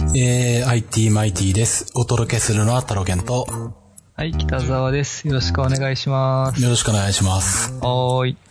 IT マイティです。お届けするのはタロケンと。 はい、北沢です。よろしくお願いします。 よろしくお願いします。 はーい。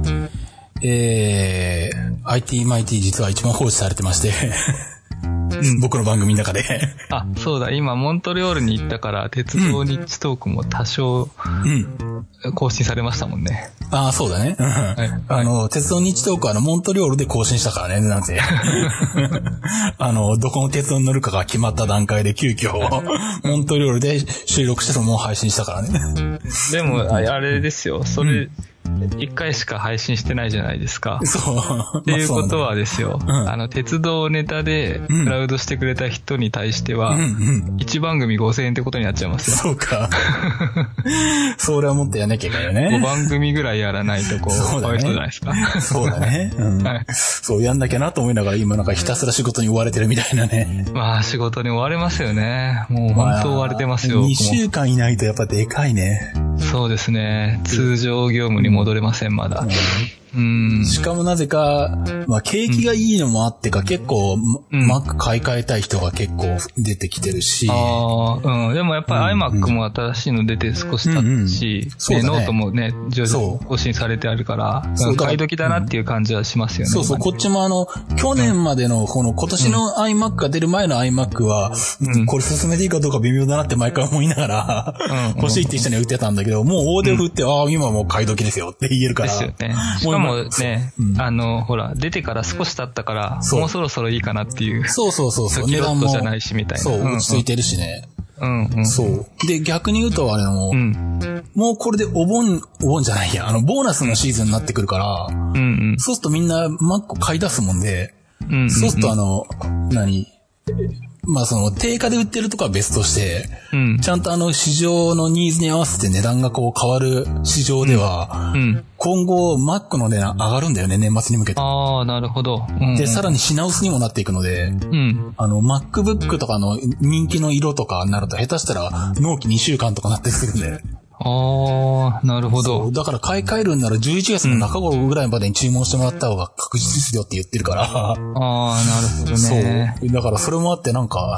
IT マイティ実は一番放置されてまして、僕の番組の中で。 あ、そうだ、今モントリオールに行ったから鉄道ニッチトークも多少、更新されましたもんね。 ああ、そうだね。はい、鉄道日トークはモントリオールで更新したからね、なんて。どこの鉄道に乗るかが決まった段階で急遽、モントリオールで収録してそのまま配信したからね。 でも、あれですよ、それ、1回しか配信してないじゃないですか。 そう。 っていうことはですよ、鉄道ネタでクラウドしてくれた人に対しては、1番組5000円ってことになっちゃいますよ。 そうか。それはもっとやんなきゃいけないよね。 5番組ぐらいやらないとこういう人じゃないですか。 そうだね。はい、そうやんなきゃなと思いながら今なんかひたすら仕事に追われてるみたいなね。 まあ仕事に追われますよね。もう本当追われてますよ。 2週間いないとやっぱでかいね。 そうですね。通常業務に戻れません、まだ。 しかもなぜか、まあ景気がいいのもあってか、結構、Mac 買い替えたい人が結構出てきてるし。 でもやっぱり iMac も新しいの出て少し経ったし、ノートもね、徐々に更新されてあるから、買い時だなっていう感じはしますよね。 そうそう、こっちも去年までの、今年の iMac が出る前の iMac は、これ進めていいかどうか微妙だなって毎回思いながら、欲しいって人には売ってたんだけど、もう大手振って、今もう買い時ですよって言えるから。 ですよね。もうね、ほら、出てから少し経ったから、もうそろそろいいかなっていう。 そう。 値段もじゃないしみたいな。 そう、落ち着いてるしね。そう。で、逆に言うともうこれでお盆じゃないや、ボーナスのシーズンになってくるから、そうするとみんな Mac 買い出すもんで、そうするとまあ定価で売ってるとこは別として、ちゃんと市場のニーズに合わせて値段がこう変わる市場では、今後 Mac の値段上がるんだよね、年末に向けて。 ああ、なるほど。 で、さらに品薄にもなっていくので、MacBook とかの人気の色とかになると下手したら納期2週間とかなってくるんで。 ああ、なるほど。 だから買い替えるんなら11月の中頃ぐらいまでに注文してもらった方が確実ですよって言ってるから。 ああ、なるほどね。 そう。だからそれもあってなんか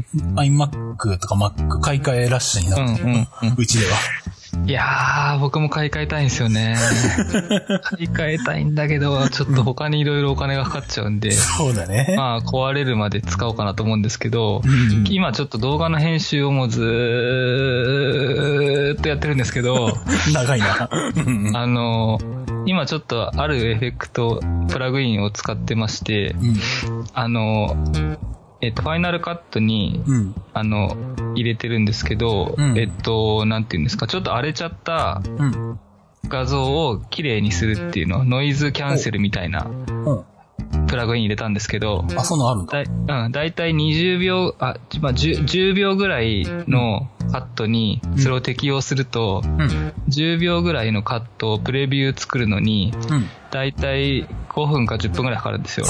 iMac とか Mac 買い替えラッシュになってる、うちでは。 いやー、僕も買い替えたいんですよね。買い替えたいんだけど、ちょっと他にいろいろお金がかかっちゃうんで。 そうだね。 まあ、壊れるまで使おうかなと思うんですけど、今ちょっと動画の編集をもうずーっとやってるんですけど、 長いな。 今ちょっとあるエフェクト、プラグインを使ってまして、ファイナルカットに、入れてるんですけど、なんていうんですか、ちょっと荒れちゃった画像を綺麗にするっていうの、ノイズキャンセルみたいなプラグイン入れたんですけど、 そんなのあるんだ。 だいたい20秒、10秒ぐらいのカットにそれを適用すると、10秒ぐらいのカットをプレビュー作るのに、だいたい5分か10分ぐらいかかるんですよ。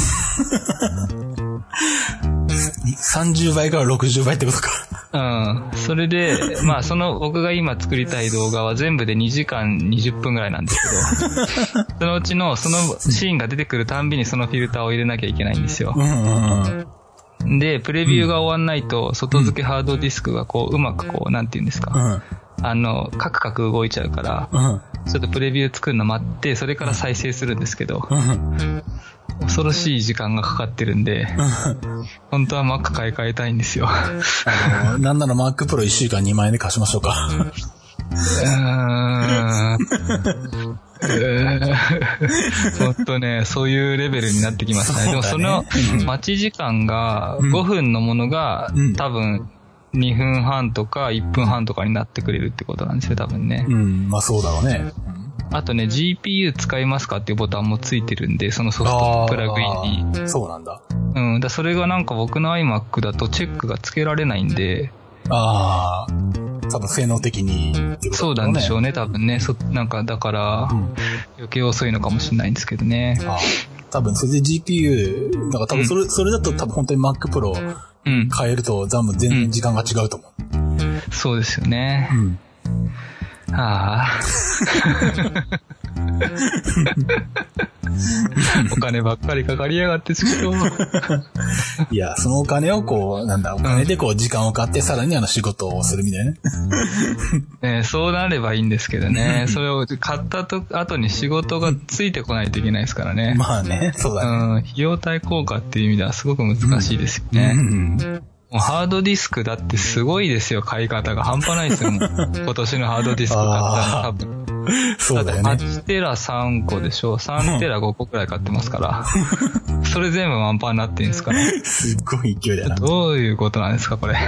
30倍から60倍ってことか。 それで、まあ僕が今作りたい動画は全部で2時間20分ぐらいなんですけど、そのうちのそのシーンが出てくるたんびにそのフィルターを入れなきゃいけないんですよ。で、プレビューが終わんないと、外付けハードディスクがうまくなんていうんですか。カクカク動いちゃうから、ちょっとプレビュー作るの待って、それから再生するんですけど、恐ろしい時間がかかってるんで、本当は Mac 買い替えたいんですよ。 なんなら Mac Pro 1週間2万円で貸しましょうか。 ほんとね、そういうレベルになってきましたね。でもその待ち時間が5分のものが多分2分半とか1分半とかになってくれるってことなんですよ、多分ね。 まあそうだろうね。 あとね、GPU 使いますかっていうボタンもついてるんで、そのソフトプラグインに。 そうなんだ。 それがなんか僕の iMac だとチェックがつけられないんで。 多分性能的にってことだね。 そうなんでしょうね、多分ね。なんかだから、余計遅いのかもしれないんですけどね。 多分それで GPU、だから多分それだと多分本当に Mac Pro 変えると多分全然時間が違うと思う。 そうですよね。 お金ばっかりかかりやがってちくしょう。 いや、そのお金をこう、お金でこう時間を買ってさらに仕事をするみたいなね。そうなればいいんですけどね。それを買った後に仕事がついてこないといけないですからね。 まあね、そうだね。 費用対効果っていう意味ではすごく難しいですよね。もうハードディスクだってすごいですよ、買い方が半端ないですよ、もう。今年のハードディスク買ったら多分。 そうだよね。 8テラ3個でしょ、3テラ5個くらい買ってますから。それ全部満帆になってるんですから。 すっごい勢いだな。 どういうことなんですか、これ。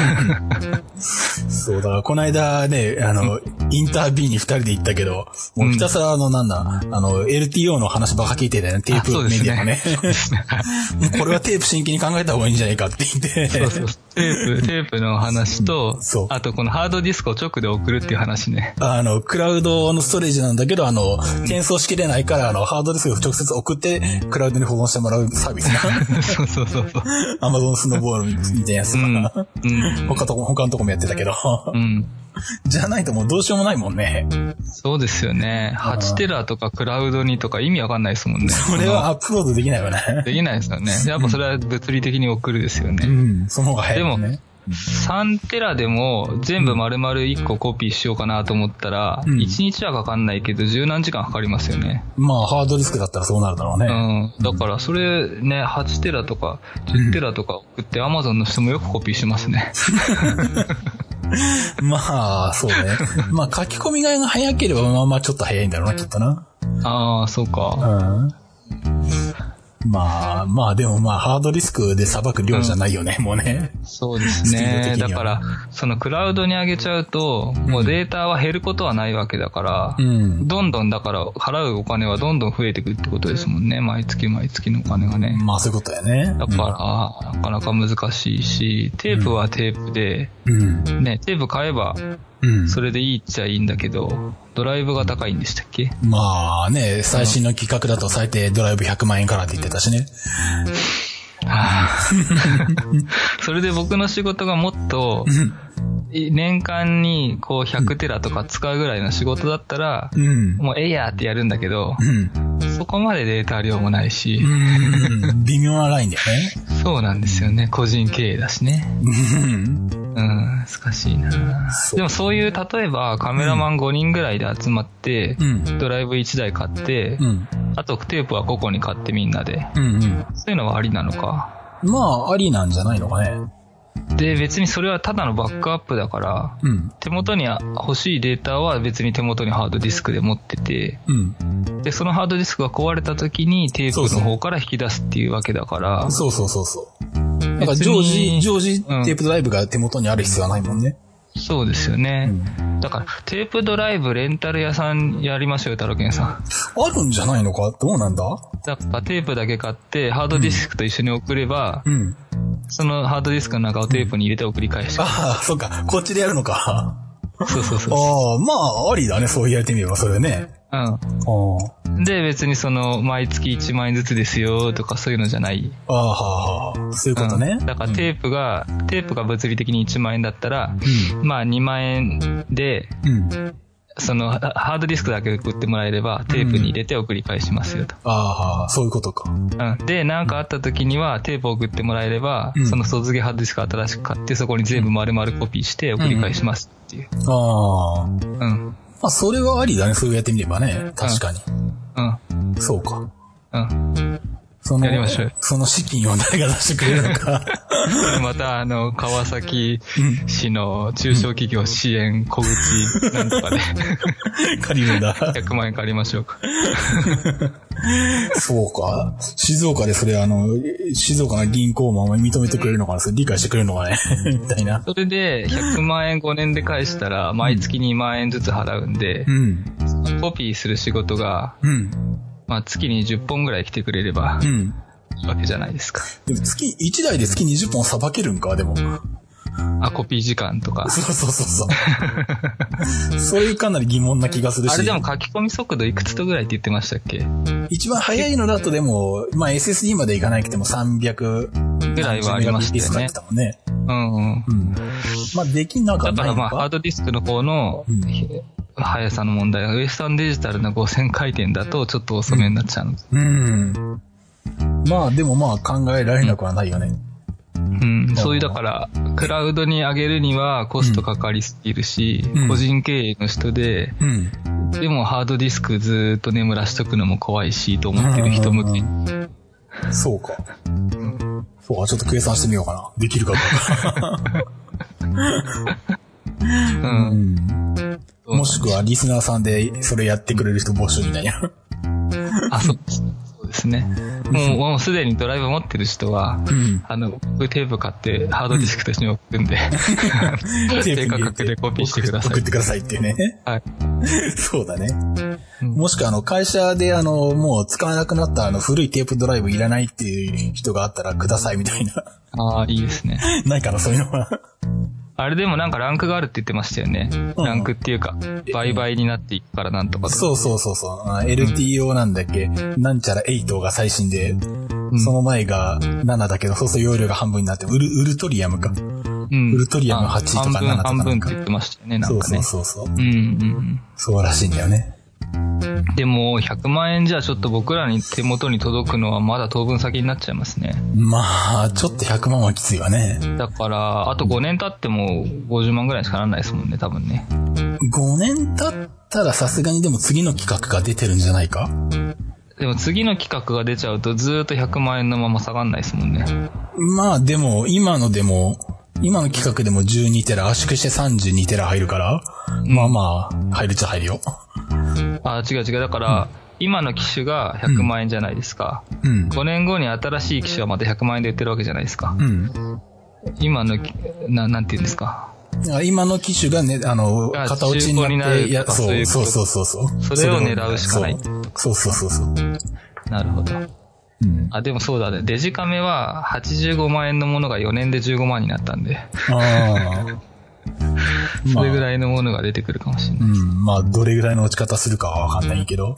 そうだから、この間ね、インタービューに2人で行ったけど、もうひたすらLTO の話ばっか聞いてたよね、テープメディアのね。これはテープ真剣に考えた方がいいんじゃないかって言って。 そうそう。テープの話と、あとこのハードディスクを直で送るっていう話ね。 クラウドのストレージなんだけど、転送しきれないから、ハードディスクを直接送って、クラウドに保存してもらうサービスな。 そうそうそう。 Amazon スノーボールみたいなやつとか。他のとこもやってたけど。じゃないともうどうしようもないもんね。 そうですよね。8テラとかクラウドにとか意味わかんないですもんね。 それはアップロードできないよね。 できないですよね。やっぱそれは物理的に送るですよね。 その方が早いよね。 でも、3テラでも全部丸々1個コピーしようかなと思ったら、1日はかかんないけど十何時間かかりますよね。 まあ、ハードディスクだったらそうなるだろうね。 だからそれね、8テラとか10テラとか送って Amazon の人もよくコピーしますね。 まあ、そうね。まあ、書き込みが早ければまあちょっと早いんだろうな、きっとな。 ああ、そうか。 まあでもハードディスクで裁く量じゃないよね、もうね。 そうですね。だから、そのクラウドに上げちゃうと、もうデータは減ることはないわけだから、どんどんだから払うお金はどんどん増えてくるってことですもんね。毎月毎月のお金がね。 まあそういうことだよね。 だから、なかなか難しいし、テープはテープで、ね、テープ買えば、それでいいっちゃいいんだけど、ドライブが高いんでしたっけ？ まあね、最新の企画だと最低ドライブ100万円からって言ってたしね。 それで僕の仕事がもっと、年間にこう100テラとか使うぐらいの仕事だったら、もうええやってやるんだけど、そこまでデータ量もないし、 微妙なラインだよね。 そうなんですよね。個人経営だしね。難しいな。でもそういう、例えばカメラマン5人ぐらいで集まって、ドライブ1台買って、あとテープは個々に買ってみんなで、そういうのはありなのか。 まあ、ありなんじゃないのかね。 で、別にそれはただのバックアップだから、手元に欲しいデータは別に手元にハードディスクで持ってて、で、そのハードディスクが壊れた時にテープの方から引き出すっていうわけだから。 そう。だから常時テープドライブが手元にある必要はないもんね。 そうですよね。だから、テープドライブレンタル屋さんやりましょうよ、太郎健さん。 あるんじゃないのか？どうなんだ？ だからテープだけ買って、ハードディスクと一緒に送れば、そのハードディスクの中をテープに入れて送り返して。 ああ、そっか。こっちでやるのか。 そう。 ああ、まあ、ありだね。そうやってみれば、それね。 で、別に毎月1万円ずつですよ、とかそういうのじゃない。 そういうことね。 だからテープが物理的に1万円だったら、まあ2万円で、ハードディスクだけ送ってもらえれば、テープに入れて送り返しますよと。 そういうことか。 で、なんかあった時には、テープを送ってもらえれば、その卒業ハードディスク新しく買って、そこに全部丸々コピーして送り返しますっていう。 まあ、それはありだね。そうやってみればね。確かに。そうか。 やりましょう。 その資金を誰が出してくれるのか。 また、川崎市の中小企業支援小口なんとかで。 借りるんだ。 100万円借りましょうか。 そうか。静岡でそれ静岡の銀行も認めてくれるのかな、それ理解してくれるのかね。みたいな。 それで、100万円5年で返したら、毎月2万円ずつ払うんで、コピーする仕事が、まあ月に10本ぐらい来てくれれば、いいわけじゃないですか。 でも1台で月20本さばけるんか、でも。 コピー時間とか。 そう。それかなり疑問な気がするし。 あれでも書き込み速度いくつとぐらいって言ってましたっけ？ 一番早いのだとでも、まあ SSD までいかなくても300 ぐらいはありましたよね。 まあできなかった。 だからまあハードディスクの方の、 速さの問題が、ウエスタンデジタルの5000回転だとちょっと遅めになっちゃう。 まあでもまあ考えられなくはないよね。 そういうだから、クラウドに上げるにはコストかかりすぎるし、個人経営の人で、でもハードディスクずーっと眠らしとくのも怖いしと思ってる人向け。 そうか。そうか、ちょっと計算してみようかな。できるかどうか。もしくはリスナーさんでそれやってくれる人募集みたいな。 そうですね。もうすでにドライブ持ってる人は、僕テープ買ってハードディスクと一緒に送るんで、低価格でコピーしてください。 送ってくださいっていうね。 はい。そうだね。もしくは会社でもう使わなくなった古いテープドライブいらないっていう人があったらくださいみたいな。 いいですね。 ないかな、そういうのは。 あれでもなんかランクがあるって言ってましたよね。ランクっていうか、倍々になっていくからなんとかと。 そう。LTO なんだっけ、なんちゃら8が最新で、その前が7だけど、そうそう容量が半分になって、ウルトリアムか。ウルトリアム8とか7とか。 半分って言ってましたよね、なんかね。 そう。そうらしいんだよね。 でも、100万円じゃちょっと僕らに手元に届くのはまだ当分先になっちゃいますね。 まあ、ちょっと100万はきついわね。 だから、あと5年経っても50万ぐらいしかならないですもんね、多分ね。 5年経ったらさすがにでも次の企画が出てるんじゃないか？ でも次の企画が出ちゃうとずーっと100万円のまま下がんないですもんね。 まあでも、今の企画でも12テラ、圧縮して32テラ入るから、まあ、入るっちゃ入るよ。 違う。だから、今の機種が100万円じゃないですか。5年後に新しい機種はまた100万円で売ってるわけじゃないですか。今の、なんて言うんですか。 今の機種がね、型落ちになって、そう。 それを狙うしかない。 そう。 なるほど。でもそうだね。デジカメは85万円のものが4年で15万になったんで。それぐらいのものが出てくるかもしれない。 まあ、どれぐらいの落ち方するかはわかんないけど。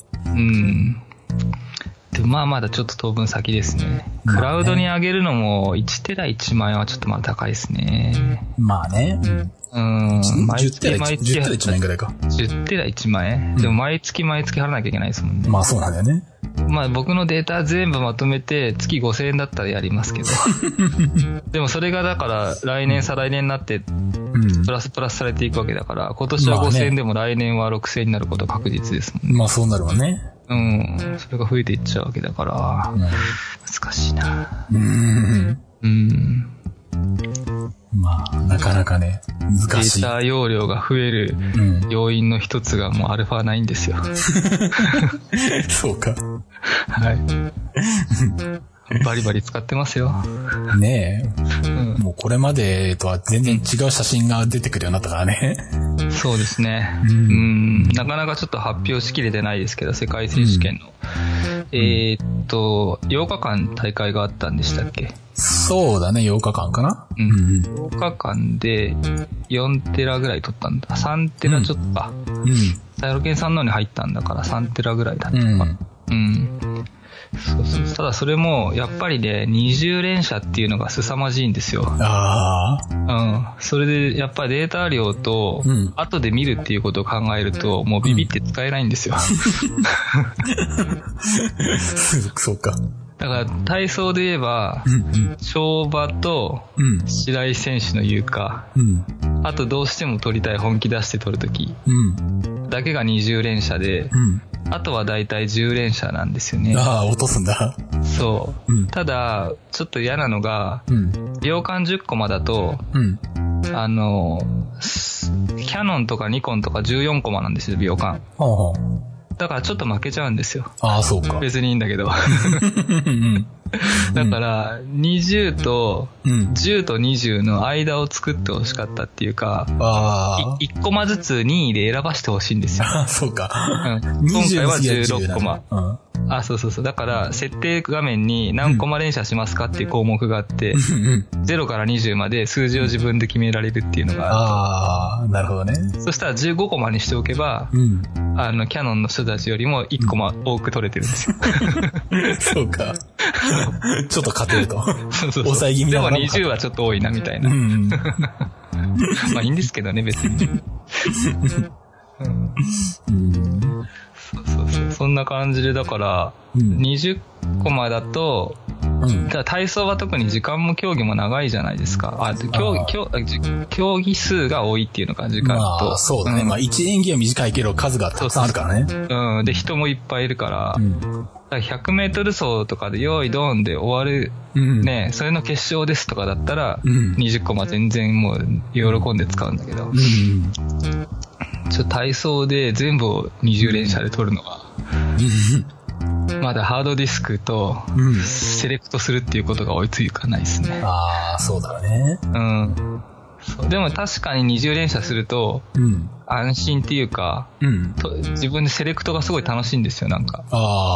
でもまあまだちょっと当分先ですね。クラウドに上げるのも1テラ1万円はちょっとまだ高いですね。 まあね。10テラ1万円ぐらいか。 10テラ1万円、でも毎月払わなきゃいけないですもんね。 まあそうなんだよね。 まあ僕のデータ全部まとめて月5000円だったらやりますけど。でもそれがだから来年再来年になってプラスされていくわけだから、今年は5000円でも来年は6000円になることは確実ですもんね。 まあそうなるわね。 それが増えていっちゃうわけだから、難しいな。 まあ、なかなかね、難しい。 データ容量が増える要因の一つがもう α9 ですよ。 そうか。 はい。バリバリ使ってますよ。 ねえ。もうこれまでとは全然違う写真が出てくるようになったからね。 そうですね。なかなかちょっと発表しきれてないですけど、世界選手権の。8日間大会があったんでしたっけ？ そうだね、8日間かな。 8日間で4テラぐらい取ったんだ。3テラちょっとか。サイロケンさんのに入ったんだから3テラぐらいだったか。そうただそれもやっぱりね、20連射っていうのが凄まじいんですよ。それでやっぱりデータ量と後で見るっていうことを考えるともうビビって使えないんですよ。 そうか。 だから体操で言えば、跳馬と白井選手の言うか、あとどうしても取りたい本気出して取るときだけが20連射で、あとはだいたい10連射なんですよね。 落とすんだ。 そう。ただ、ちょっと嫌なのが、秒間10コマだと、キャノンとかニコンとか14コマなんですよ、秒間。だからちょっと負けちゃうんですよ。 そうか。 別にいいんだけど。だから、20と、10と20の間を作ってほしかったっていうか、1コマずつ任意で選ばしてほしいんですよ。 そうか。 今回は16コマ。そう。だから、設定画面に何コマ連射しますかっていう項目があって、0から20まで数字を自分で決められるっていうのがある。 なるほどね。 そしたら15コマにしておけば、キャノンの人たちよりも1コマ多く取れてるんですよ。 そうか。ちょっと勝てると。 抑え気味だから。でも20はちょっと多いなみたいな。まあいいんですけどね、別に。 そんな感じで、だから、20コマだと、体操は特に時間も競技も長いじゃないですか。競技数が多いっていうのか、時間と。 まあ、そうだね。まあ、1演技は短いけど数がたくさんあるからね。で、人もいっぱいいるから、100メートル走とかで用意ドーンで終わる、ね、それの決勝ですとかだったら、20コマ全然もう喜んで使うんだけど、体操で全部を20連射で取るのは、まだハードディスクとセレクトするっていうことが追いつかないですね。 ああ、そうだね。 でも確かに20連射すると、安心っていうか、自分でセレクトがすごい楽しいんですよ、なんか。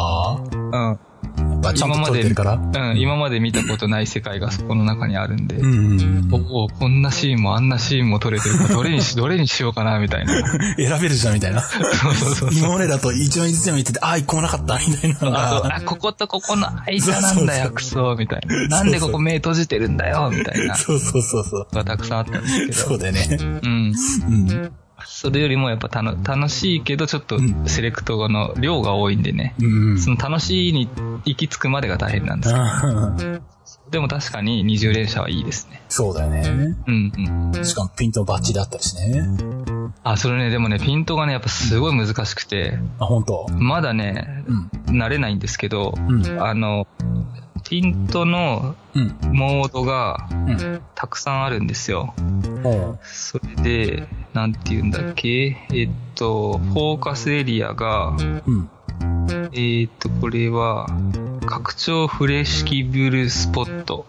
今まで見たことない世界がそこの中にあるんで、こんなシーンもあんなシーンも撮れてるから、どれにしようかな、みたいな。 選べるじゃん、みたいな。今までだと一枚ずつ見てて、一個もなかった、みたいな。 こことここの間なんだよ、クソ、みたいな。なんでここ目閉じてるんだよ、みたいな。がたくさんあったんですけど。 そうだよね。 それよりもやっぱ楽しいけどちょっとセレクトの量が多いんでね、その楽しいに行き着くまでが大変なんですけど、でも確かに20連射はいいですね。 そうだよね。しかもピントバッチリだったしね。 それね、でもね、ピントがね、やっぱすごい難しくて、 本当。 まだね、慣れないんですけど、ピントのモードがたくさんあるんですよ。それで、なんて言うんだっけ、フォーカスエリアが、これは、拡張フレシキブルスポット、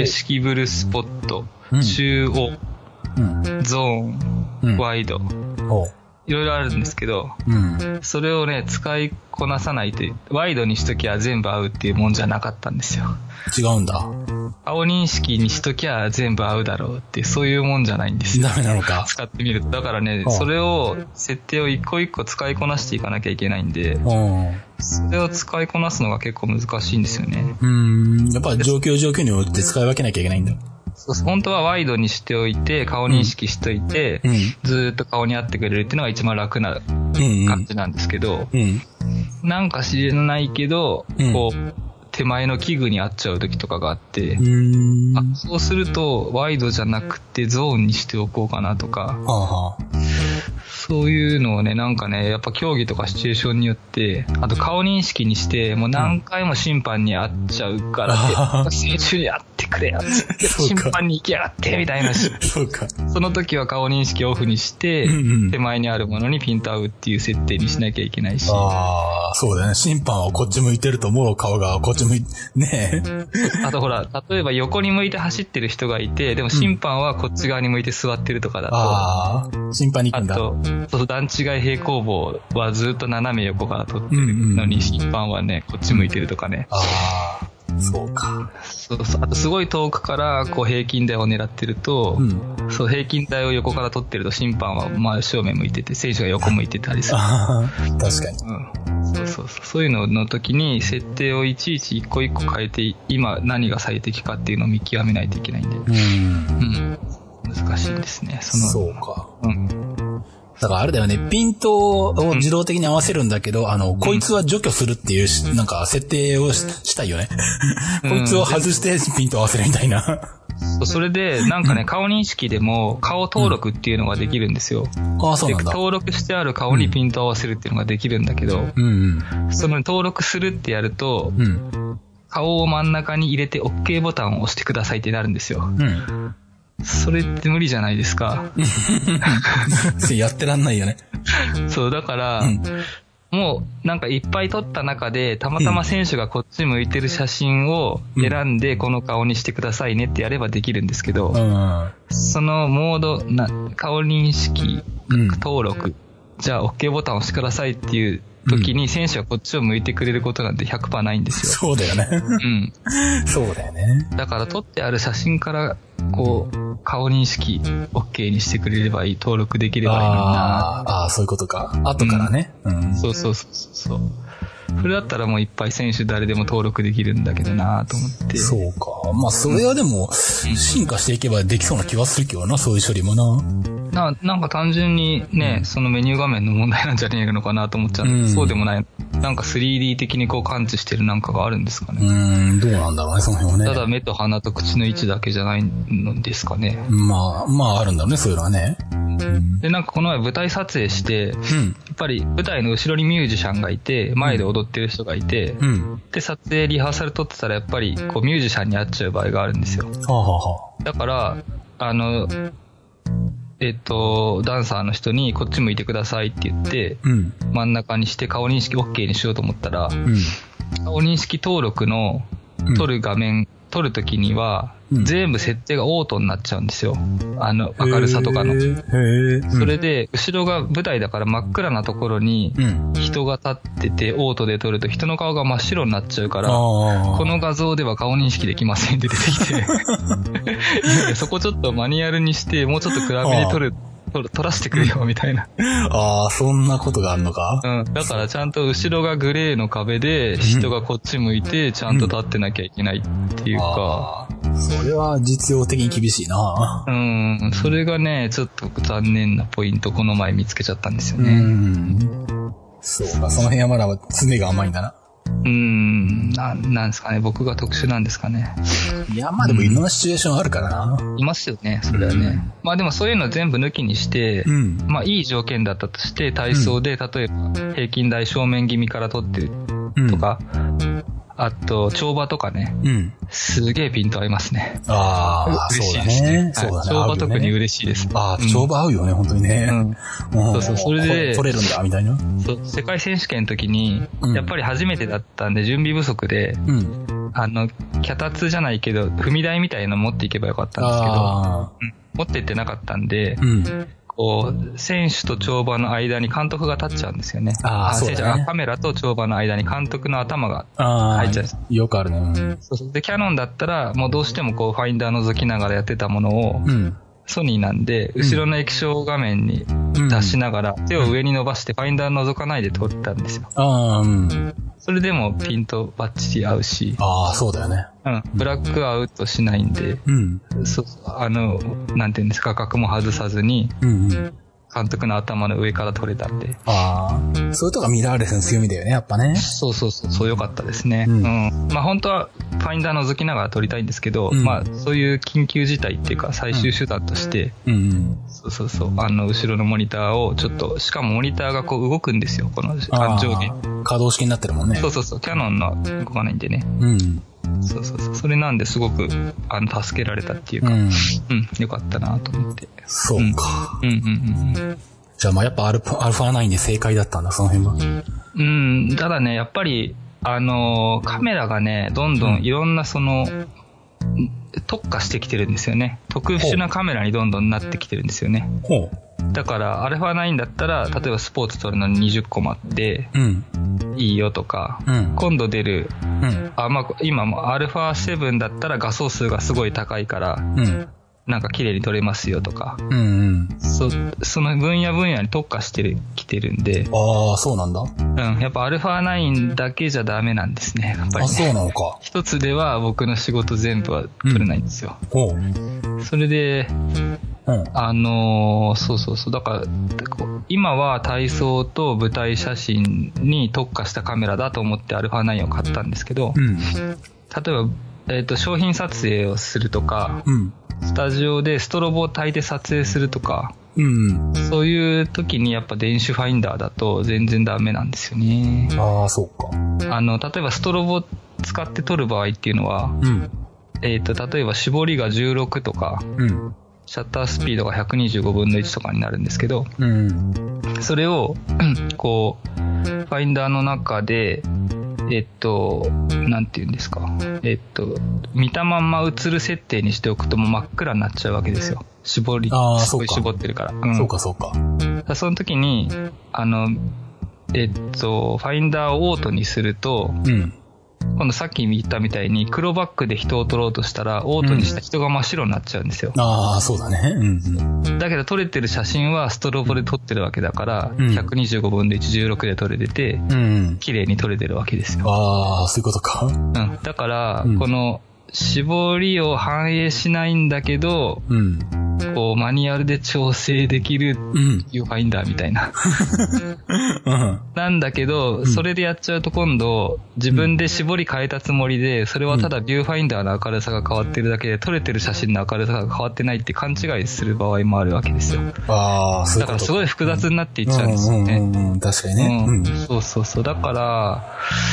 中央、ゾーン、ワイド。いろいろあるんですけど、それをね、使いこなさないと、ワイドにしときゃ全部合うっていうもんじゃなかったんですよ。 違うんだ。 顔認識にしときゃ全部合うだろうって、そういうもんじゃないんですよ。 ダメなのか。 使ってみると。だからね、それを、設定を一個一個使いこなしていかなきゃいけないんで、それを使いこなすのが結構難しいんですよね。 やっぱ状況によって使い分けなきゃいけないんだ。 本当はワイドにしておいて、顔認識しといて、ずーっと顔に合ってくれるっていうのが一番楽な感じなんですけど、なんか知らないけど、こう、手前の器具に合っちゃう時とかがあって、そうするとワイドじゃなくてゾーンにしておこうかなとか、そういうのをね、なんかね、やっぱ競技とかシチュエーションによって、あと顔認識にして、もう何回も審判に会っちゃうから、選手に会ってくれよって審判に行きやがってみたいな。その時は顔認識オフにして、手前にあるものにピント合うっていう設定にしなきゃいけないし。 そうだね。審判はこっち向いてるともう顔がこっち向いて、ねえ。あとほら、例えば横に向いて走ってる人がいて、でも審判はこっち側に向いて座ってるとかだと。 審判に行くんだ。 段違い平行棒はずっと斜め横から取ってるのに、審判はね、こっち向いてるとかね。 そうか。 あとすごい遠くからこう平均台を狙ってると、平均台を横から取ってると審判は真正面向いてて、選手が横向いてたりする。 確かに。そういうのの時に設定をいちいち一個一個変えて、今何が最適かっていうのを見極めないといけないんで。難しいですね。 そうか。だからあれだよね、ピントを自動的に合わせるんだけど、こいつは除去するっていう、なんか設定をしたいよね。こいつを外してピントを合わせるみたいな。 それで、なんかね、顔認識でも顔登録っていうのができるんですよ。 そうなんだ。 登録してある顔にピントを合わせるっていうのができるんだけど、その登録するってやると、顔を真ん中に入れて OK ボタンを押してくださいってなるんですよ。それって無理じゃないですか。 やってらんないよね。 そう、だから、もうなんかいっぱい撮った中で、たまたま選手がこっち向いてる写真を選んで、この顔にしてくださいねってやればできるんですけど、そのモード、顔認識登録、じゃあ OK ボタンを押してくださいっていう時に選手はこっちを向いてくれることなんて 100% ないんですよ。 そうだよね。そうだよね。 だから撮ってある写真からこう顔認識 OK にしてくれればいい、登録できればいいのにな。 そういうことか。後からね。 そう。それだったらもういっぱい選手誰でも登録できるんだけどなと思って。 そうか。 か。まあ、それはでも、進化していけばできそうな気はするけどな、そういう処理もな。 なんか単純にね、そのメニュー画面の問題なんじゃねえのかなと思っちゃう。そうでもない。なんか 3D 的にこう感知してるなんかがあるんですかね。 どうなんだろうね、その辺はね。 ただ目と鼻と口の位置だけじゃないのですかね。 まああるんだろうね、そういうのはね。 で、なんかこの前舞台撮影して、やっぱり舞台の後ろにミュージシャンがいて、前で踊ってる人がいて、で、撮影リハーサル撮ってたらやっぱりこうミュージシャンに会っちゃう場合があるんですよ。だから、ダンサーの人にこっち向いてくださいって言って、真ん中にして顔認識 OK にしようと思ったら、顔認識登録の撮る画面、撮るときには、全部設定がオートになっちゃうんですよ。明るさとかの。それで、後ろが舞台だから真っ暗なところに人が立ってて、オートで撮ると人の顔が真っ白になっちゃうから、この画像では顔認識できませんって出てきて、そこちょっとマニュアルにして、もうちょっと暗めに撮らせてくれよ、みたいな。 そんなことがあるのか？ だからちゃんと後ろがグレーの壁で、人がこっち向いて、ちゃんと立ってなきゃいけないっていうか。 それは実用的に厳しいな。 それがね、ちょっと残念なポイント、この前見つけちゃったんですよね。 そうか、その辺はまだ爪が甘いんだな。 なんですかね、僕が特殊なんですかね。 いや、まあでもいろんなシチュエーションあるからな。 いますよね、それはね。まあでもそういうの全部抜きにして、まあいい条件だったとして、体操で、例えば平均台正面気味から撮ってるとか、あと、跳馬とかね。すげえピント合いますね。 嬉しいですね。 跳馬特に嬉しいです。 跳馬合うよね、本当にね。 そう、それで、 取れるんだ、みたいな。 そう、世界選手権の時に、やっぱり初めてだったんで、準備不足で、脚立じゃないけど、踏み台みたいなの持っていけばよかったんですけど、持ってってなかったんで、こう、選手と跳馬の間に監督が立っちゃうんですよね。 そうだね。 カメラと跳馬の間に監督の頭が入っちゃう。 よくあるね。 で、キャノンだったら、もうどうしてもこう、ファインダー覗きながらやってたものを、ソニーなんで、後ろの液晶画面に出しながら、手を上に伸ばしてファインダー覗かないで撮ったんですよ。それでもピントバッチリ合うし。 そうだよね。 ブラックアウトしないんで、なんていうんですか、画角も外さずに、監督の頭の上から撮れたんで。 そういうとこがミラーレスの強みだよね、やっぱね。 そう良かったですね。まあ本当はファインダー覗きながら撮りたいんですけど、まあそういう緊急事態っていうか最終手段として、後ろのモニターをちょっと、しかもモニターがこう動くんですよ、この上下。 可動式になってるもんね。 キャノンの動かないんでね。それなんですごく、助けられたっていうか、よかったなと思って。 そうか。じゃあまあやっぱアルファ9で正解だったんだ、その辺は。 ただね、やっぱり、カメラがね、どんどんいろんな特化してきてるんですよね。特殊なカメラにどんどんなってきてるんですよね。だから、アルファ9だったら、例えばスポーツ撮るのに20個もあって、いいよとか、今度出る、今もアルファ7だったら画素数がすごい高いから、なんか綺麗に撮れますよとか、その分野に特化してきてるんで。 そうなんだ。 やっぱアルファ9だけじゃダメなんですね、やっぱりね。 そうなのか。 一つでは僕の仕事全部は撮れないんですよ。それで、だから、今は体操と舞台写真に特化したカメラだと思ってアルファ9を買ったんですけど、例えば、商品撮影をするとか、スタジオでストロボを焚いて撮影するとか、そういう時にやっぱ電子ファインダーだと全然ダメなんですよね。 そうか。 例えばストロボ使って撮る場合っていうのは、例えば絞りが16とか、シャッタースピードが125分の1とかになるんですけど、それを、こう、ファインダーの中で、なんて言うんですか。見たまんま映る設定にしておくともう真っ暗になっちゃうわけですよ。すごい絞ってるから。 そうか。 その時に、ファインダーをオートにすると、今度さっき見たみたいに黒バックで人を撮ろうとしたらオートにした人が真っ白になっちゃうんですよ。 そうだね。 だけど撮れてる写真はストロボで撮ってるわけだから、125分の1、16で撮れてて、綺麗に撮れてるわけですよ。 そういうことか。 だから、この絞りを反映しないんだけど、こう、マニュアルで調整できるビューファインダーみたいな。なんだけど、それでやっちゃうと今度、自分で絞り変えたつもりで、それはただビューファインダーの明るさが変わってるだけで、撮れてる写真の明るさが変わってないって勘違いする場合もあるわけですよ。 ああ、そういうこと。 だからすごい複雑になっていっちゃうんですよね。 確かにね。 そうそうそう。だから、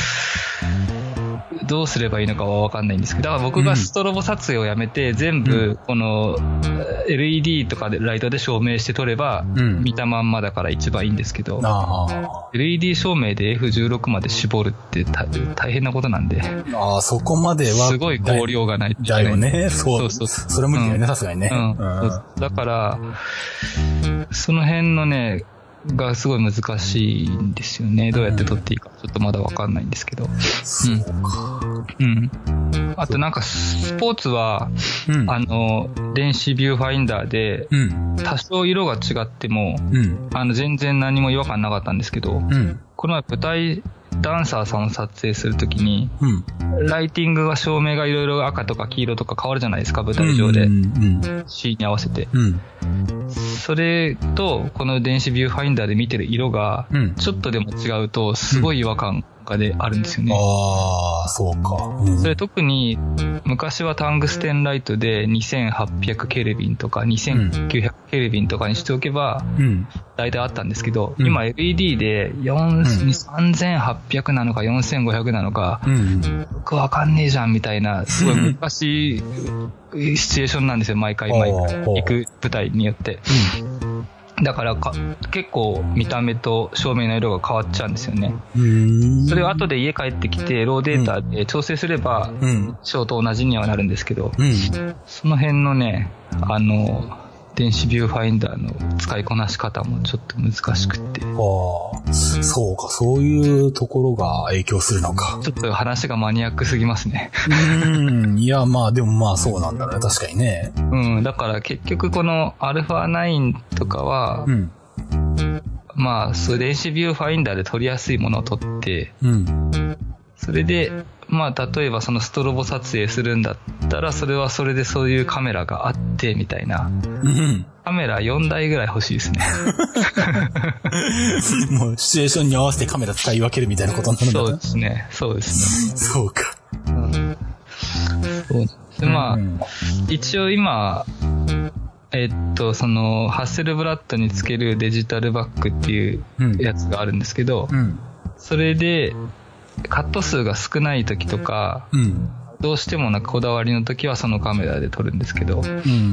どうすればいいのかは分かんないんですけど、だから僕がストロボ撮影をやめて、全部、この、LED とかでライトで照明して撮れば、見たまんまだから一番いいんですけど、LED 照明で F16 まで絞るって大変なことなんで。 ああ、そこまでは。 すごい光量がない。 だよね。そうそう。それは無理だよね、さすがにね。 だから、その辺のね、がすごい難しいんですよね。どうやって撮っていいかちょっとまだわかんないんですけど。 そうか。 あとなんかスポーツは、電子ビューファインダーで、多少色が違っても、全然何も違和感なかったんですけど、この前舞台ダンサーさんを撮影するときに、ライティングが照明がいろいろ赤とか黄色とか変わるじゃないですか、舞台上で。シーンに合わせて。それと、この電子ビューファインダーで見てる色が、ちょっとでも違うと、すごい違和感があるんですよね。 ああ、そうか。 それ特に、昔はタングステンライトで2800ケルビンとか2900ケルビンとかにしておけば、大体あったんですけど、今 LED で3800なのか4500なのか、よくわかんねえじゃんみたいな、すごい難しいシチュエーションなんですよ、毎回行く舞台によって。だから結構見た目と照明の色が変わっちゃうんですよね。それを後で家帰ってきてローデータで調整すれば、ショーと同じにはなるんですけど、その辺のね、電子ビューファインダーの使いこなし方もちょっと難しくって。 そうか、そういうところが影響するのか。 ちょっと話がマニアックすぎますね。 いや、まあでもまあそうなんだろうね、確かにね。 だから結局この α9 とかは、まあ、そう電子ビューファインダーで撮りやすいものを撮って、それで、まあ、例えばそのストロボ撮影するんだったら、それはそれでそういうカメラがあって、みたいな。カメラ4台ぐらい欲しいですね。 もう、シチュエーションに合わせてカメラ使い分けるみたいなことになるんだ。 そうですね。そうですね。 そうか。 でまあ、一応今、その、ハッセルブラッドにつけるデジタルバックっていうやつがあるんですけど、それで、カット数が少ない時とか、どうしてもなんかこだわりの時はそのカメラで撮るんですけど、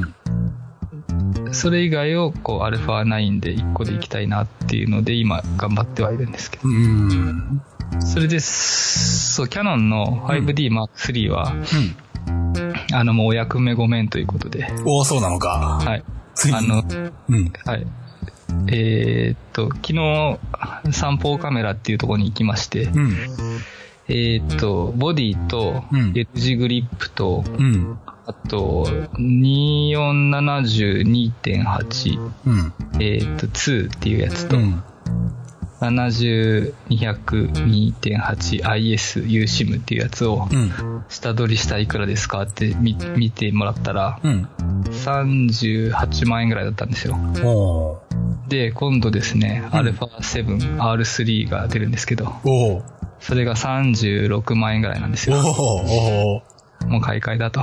それ以外をこう α9 で1個でいきたいなっていうので今頑張ってはいるんですけど、それで、そう、キヤノンの 5D Mark III は、もうお役目ごめんということで。 そうなのか。 はい。はい。昨日、散歩カメラっていうところに行きまして、ボディと、L 字グリップと、あと、2470-2.8、2っていうやつと、70-200-2.8 IS-USIM っていうやつを、下取りしたらいくらですかって見てもらったら、38万円ぐらいだったんですよ。で、今度ですね、α7、R3 が出るんですけど、それが36万円ぐらいなんですよ。もう買い替えだと。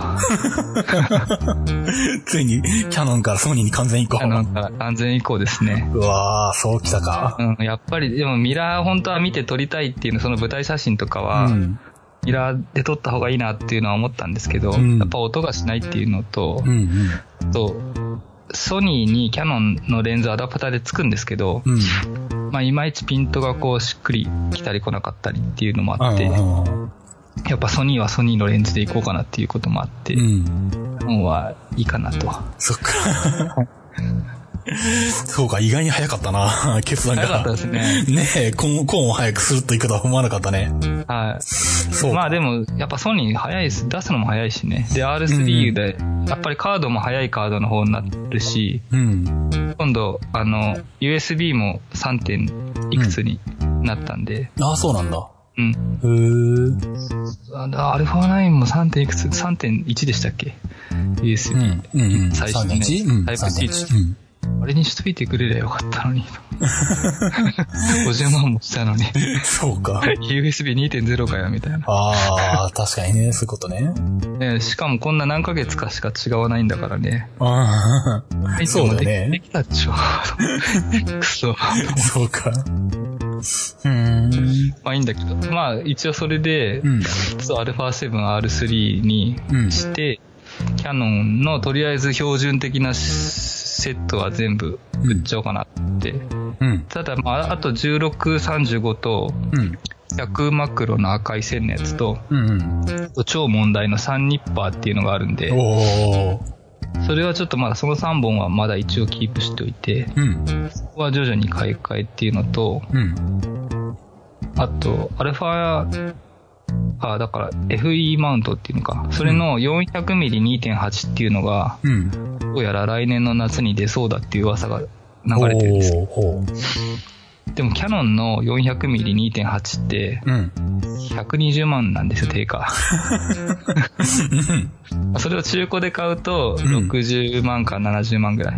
ついに、キヤノンからソニーに完全移行。 キヤノンから完全移行ですね。 うわー、そうきたか。 やっぱり、でもミラー本当は見て撮りたいっていうの、その舞台写真とかは、ミラーで撮った方がいいなっていうのは思ったんですけど、やっぱ音がしないっていうのと、ソニーにキヤノンのレンズアダプターでつくんですけど、まあいまいちピントがこうしっくり来たり来なかったりっていうのもあって、やっぱソニーはソニーのレンズでいこうかなっていうこともあって、もうはいいかなと。 そっか。そうか、意外に早かったな、決断が。 早かったですね。 ねえ、コーンを早くスルッといくとは思わなかったね。 はい。そう。まあでも、やっぱソニー早いです。出すのも早いしね。で、R3 で、やっぱりカードも早いカードの方になるし、今度、USB も 3. いくつになったんで。 そうなんだ。 うん。アルファ9も 3.1 でしたっけ ?USB。 うん。 最初ね。タイプ C。あれにしといてくれりゃよかったのに。50万もしたのに。 そうか。 USB 2.0 かよ、みたいな。 ああ、確かにね、そういうことね。 しかもこんな何ヶ月かしか違わないんだからね。 そうだね。 できたでしょ。くそ。 そうか。 まあいいんだけど。まあ一応それで、α7R3 にして、キャノンのとりあえず標準的なセットは全部売っちゃおうかなって。ただまああと1635と、100マクロの赤い線のやつと、超問題の3ニッパーっていうのがあるんで、それはちょっとまだその3本はまだ一応キープしておいて、そこは徐々に買い替えっていうのと、あと、だから FE マウントっていうのか、それの 400mm2.8 っていうのが、どうやら来年の夏に出そうだっていう噂が流れてるんですけど、でもキャノンの 400mm2.8 って、120万なんですよ、定価。それを中古で買うと、60万か70万ぐらい。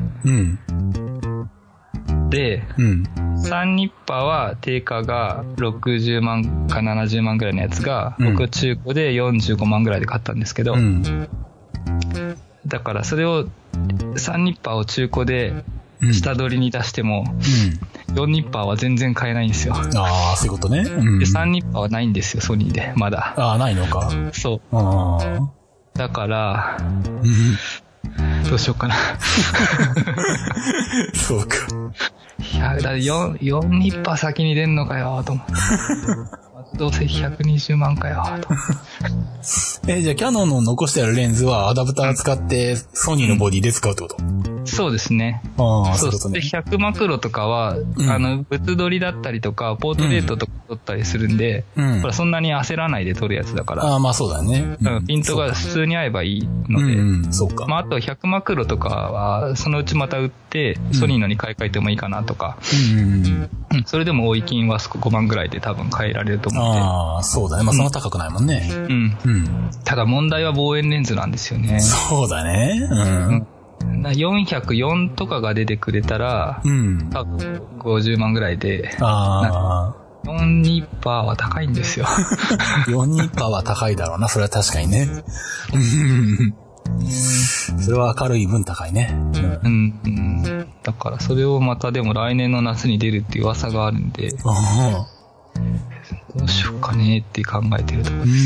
で、3ニッパーは定価が60万か70万ぐらいのやつが、僕中古で45万ぐらいで買ったんですけど、だからそれを、3ニッパーを中古で下取りに出しても、4ニッパーは全然買えないんですよ。 ああ、そういうことね。で、 3ニッパーはないんですよ、ソニーで、まだ。 ああ、ないのか。 そう。だから、どうしようかな。 そうか。 だ4ニッパー先に出んのかよ、と思って。どうせ120万かよ、と。 じゃあキャノンの残してあるレンズはアダプター使ってソニーのボディで使うってこと？ そうですね。そうですね。で、100マクロとかは、物撮りだったりとか、ポートレートとか撮ったりするんで、ほらそんなに焦らないで撮るやつだから。 ああ、まあそうだね。 ピントが普通に合えばいいので。 そうか。 まああと100マクロとかは、そのうちまた売って、ソニーのに買い替えてもいいかなとか。それでも多い金は5万ぐらいで多分変えられると思うんで。 ああ、そうだね。まあそんな高くないもんね。 ただ問題は望遠レンズなんですよね。 そうだね。 404とかが出てくれたら、多分50万ぐらいで、4ニッパーは高いんですよ。 4ニッパーは高いだろうな、それは確かにね。それは明るい分高いね。 だからそれをまたでも来年の夏に出るっていう噂があるんで、どうしようかねって考えてるところです。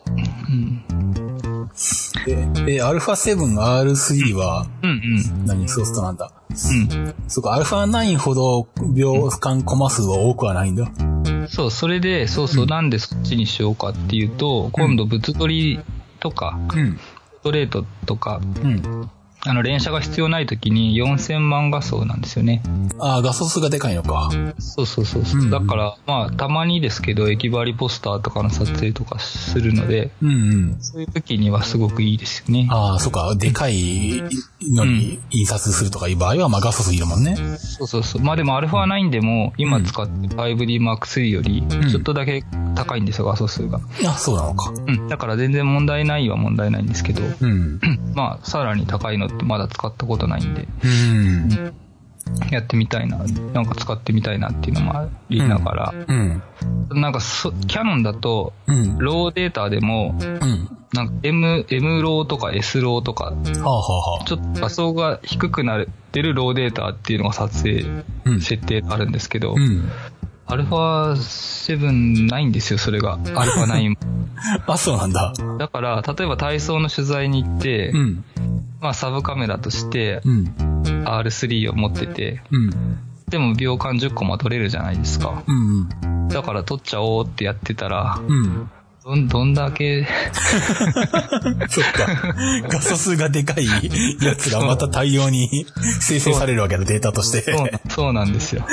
α7R3 は、何ソフトなんだ。そうか、α9 ほど秒間コマ数は多くはないんだ。 そう、それで、なんでそっちにしようかっていうと、今度物撮りとか、ストレートとか、連写が必要ない時に4000万画素なんですよね。 ああ、画素数がでかいのか。 そう。だから、まあ、たまにですけど、駅張りポスターとかの撮影とかするので、そういう時にはすごくいいですよね。 ああ、そうか。でかいのに印刷するとかいう場合は、まあ画素数いるもんね。 そう。まあでも α9 でも、今使ってる 5D Mark III より、ちょっとだけ高いんですよ、画素数が。 あ、そうなのか。 だから全然問題ないは問題ないんですけど、まあ、さらに高いのってまだ使ったことないんで、やってみたいな、なんか使ってみたいなっていうのもありながら、なんかキャノンだと、ローデータでも、なんか M ローとか S ローとか、ちょっと画素が低くなってるローデータっていうのが撮影、設定あるんですけど、α7 ないんですよ、それが。α9 あ、そうなんだ。 だから、例えば体操の取材に行って、まあサブカメラとして、R3 を持ってて、でも秒間10コマ撮れるじゃないですか。だから撮っちゃおうってやってたら、どんだけそっか。画素数がでかいやつがまた大量に生成されるわけだ、データとして。 そうなんですよ。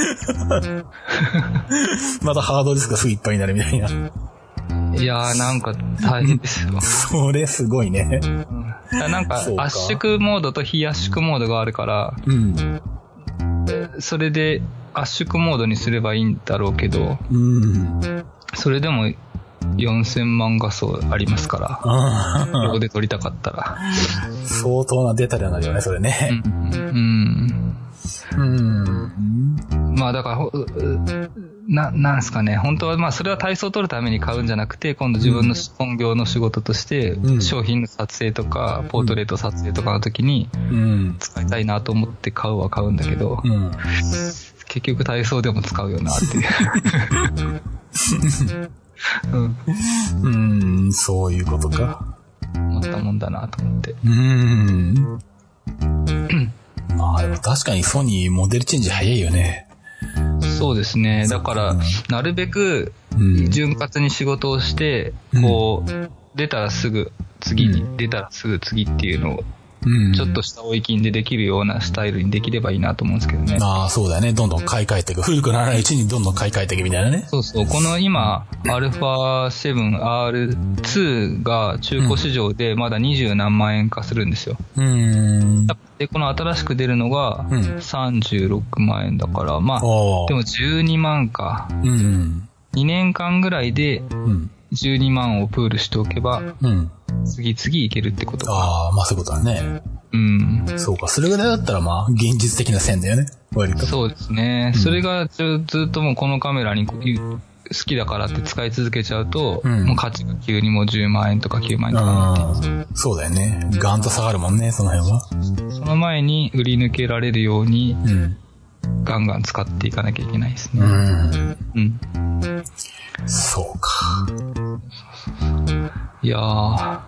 またハードディスクがすぐいっぱいになるみたいな。 いやーなんか大変ですよ。 それすごいね。 なんか圧縮モードと非圧縮モードがあるから、 それで圧縮モードにすればいいんだろうけど、それでも4000万画素ありますから、ここで撮りたかったら。 相当なデータ量になるよね、それね。 まあだから、なんすかね、本当はまあそれは体操を撮るために買うんじゃなくて、今度自分の本業の仕事として、商品の撮影とか、ポートレート撮影とかの時に、使いたいなと思って買うんだけど、結局体操でも使うよなっていう。 そういうことか。 思ったもんだなと思って。 まあでも確かにソニーモデルチェンジ早いよね。 そうですね。だから、なるべく潤滑に仕事をして、こう、出たらすぐ次に、出たらすぐ次っていうのを、ちょっとした追い金でできるようなスタイルにできればいいなと思うんですけどね。 ああ、そうだね。どんどん買い替えていく。古くならないうちにどんどん買い替えていくみたいなね。 そうそう。この今、α7R2 が中古市場でまだ20何万円かするんですよ。で、この新しく出るのが36万円だから、まあ、でも12万か。2年間ぐらいで12万をプールしておけば、次々いけるってことか。 ああ、まあそういうことだね。そうか。それぐらいだったらまあ、現実的な線だよね。割と。 そうですね。それがずっともうこのカメラに好きだからって使い続けちゃうと、もう価値が急にもう10万円とか9万円とかになって。 そうだよね。ガンと下がるもんね、その辺は。 その前に売り抜けられるように、ガンガン使っていかなきゃいけないですね。 そうか。 いやー。